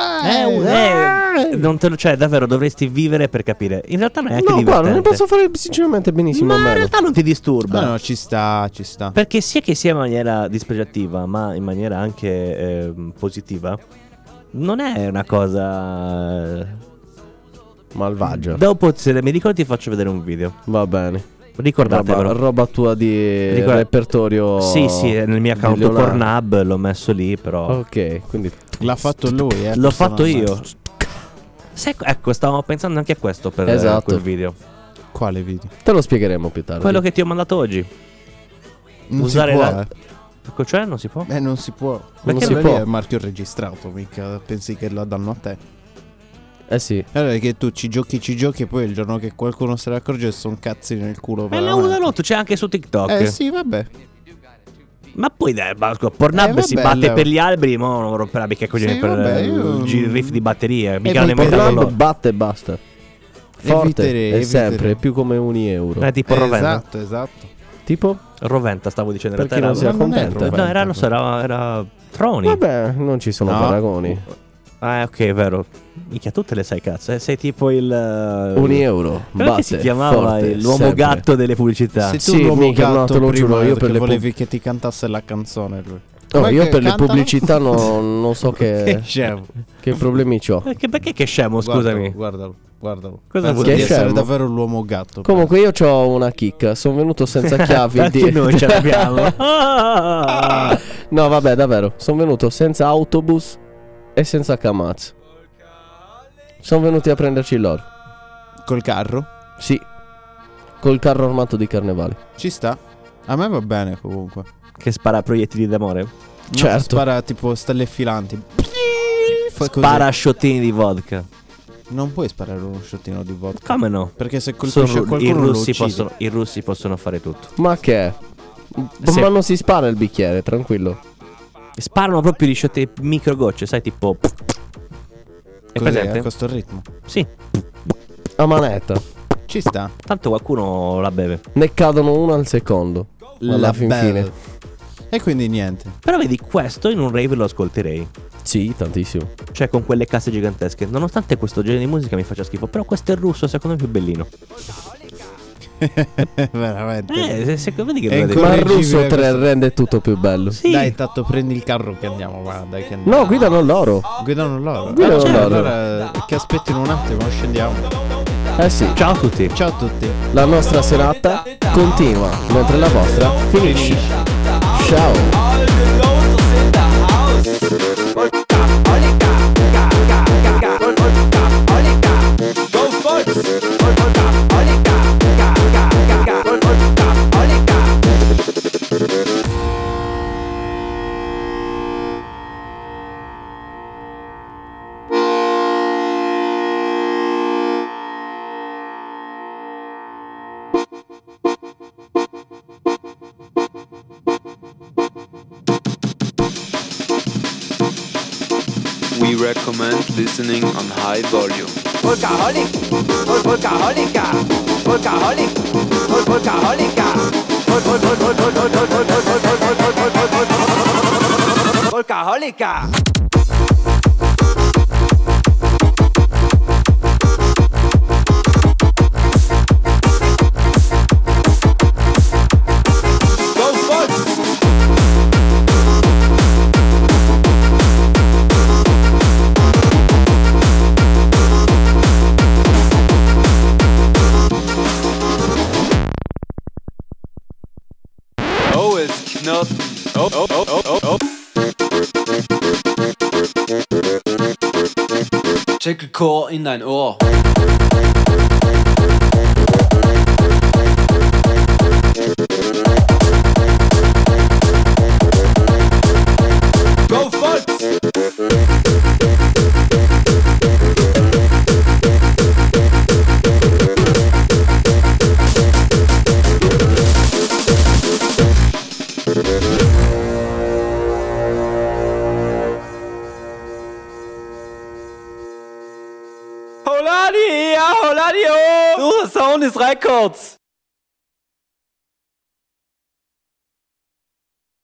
Non te lo, cioè, davvero dovresti vivere per capire. In realtà non è anche No, divertente. guarda, ne posso fare sinceramente benissimo Ma a in meno. realtà non ti disturba. No, ci sta. Perché sia che sia in maniera dispregiativa, ma in maniera anche positiva, non è una cosa Malvagia. Dopo, se mi ricordo, ti faccio vedere un video. Va bene. Ricordatevelo. Roba tua di repertorio. Sì, nel mio account di Leonardo. Pornhub l'ho messo lì, però. Ok, quindi L'ha fatto lui, L'ho fatto io. personalmente. Ecco, stavo pensando anche a questo per Esatto. quel video. Quale video? te lo spiegheremo più tardi. Quello che ti ho mandato oggi. Non Usare si può, la- Cioè, non si può? non si può. Non Perché si lì può. è marchio registrato, mica pensi che lo danno a te. Eh sì. Allora è che tu ci giochi e poi il giorno che qualcuno se ne accorge sono cazzi nel culo. Ma la veramente. usano, c'è anche su TikTok. Sì, vabbè. Ma poi dai, Pornhub si vabbè, batte Leo. per gli alberi, ma non romperà mica i coglioni Sì, per vabbè, io- il riff di batteria. Mica poi nemmeno Pornhub quello. Batte e basta. Forte. Eviterei, è sempre eviterei. più come €1. Tipo Roventa. Esatto. Tipo? Roventa, stavo dicendo. in Per chi realtà non sia non è contento. Roventa. No, non so, era Troni. Vabbè, non ci sono No. paragoni. Ok, è vero. Mica tutte le sai, cazzo. Sei tipo il €1. Come Batte, si chiamava forte, l'uomo sempre. gatto delle pubblicità? Se tu Sì, l'uomo mica, no, gatto te lo prima giuro, io che per le volevi che ti cantasse la canzone lui. Oh, Com'è io che per le cantano? pubblicità non so che scemo. problemi ho. Perché che scemo, scusami. Guardalo. Cosa Pensa vuol di dire? essere Scemo. davvero l'uomo gatto. Comunque io ho una chicca, sono venuto senza chiavi. Anche noi ce l'abbiamo. No, vabbè, davvero, sono venuto senza autobus e senza Kamaz. Sono venuti a prenderci loro. Col carro? Sì. Col carro armato di carnevale. Ci sta. A me va bene comunque. Che spara proiettili d'amore. No, Certo. spara tipo stelle filanti. Fa così. Spara sciottini di vodka. Non puoi sparare uno sciottino di vodka. Come no? Perché se colpisce qualcuno lo uccidi. I russi possono fare tutto. Ma che? Sì. Ma non si spara il bicchiere, tranquillo. Sparano proprio gli sciotti micro gocce, sai, tipo. È Così, presente? a questo ritmo. Sì, A manetta. Ci sta. tanto qualcuno la beve. Ne cadono uno al secondo. Alla fin bella. fine. E quindi niente. Però vedi, questo in un rave lo ascolterei. Sì, tantissimo. Cioè con quelle casse gigantesche. Nonostante questo genere di musica mi faccia schifo. Però questo è il russo, secondo me è più bellino. Veramente. Vedi che È dovete- Ma il Correggibile russo te questo. rende tutto più bello. Sì. Dai, Tatto, prendi il carro che andiamo. Va, dai, che andiamo. No, guidano loro. Guidano loro. Guidano Cioè, loro. allora che aspettino un attimo, scendiamo. Eh sì. Ciao a tutti. Ciao a tutti. La nostra serata continua mentre la vostra finisce. Ciao. we recommend listening on high volume. Workaholic, workaholica, workaholic, workaholica, workaholica. Oh, es knurrt. Oh, oh, oh, oh, oh, oh. Check Chor in dein Ohr. Go Volks! Holadi, ja, Holadi, oh! Du, Sound ist Records!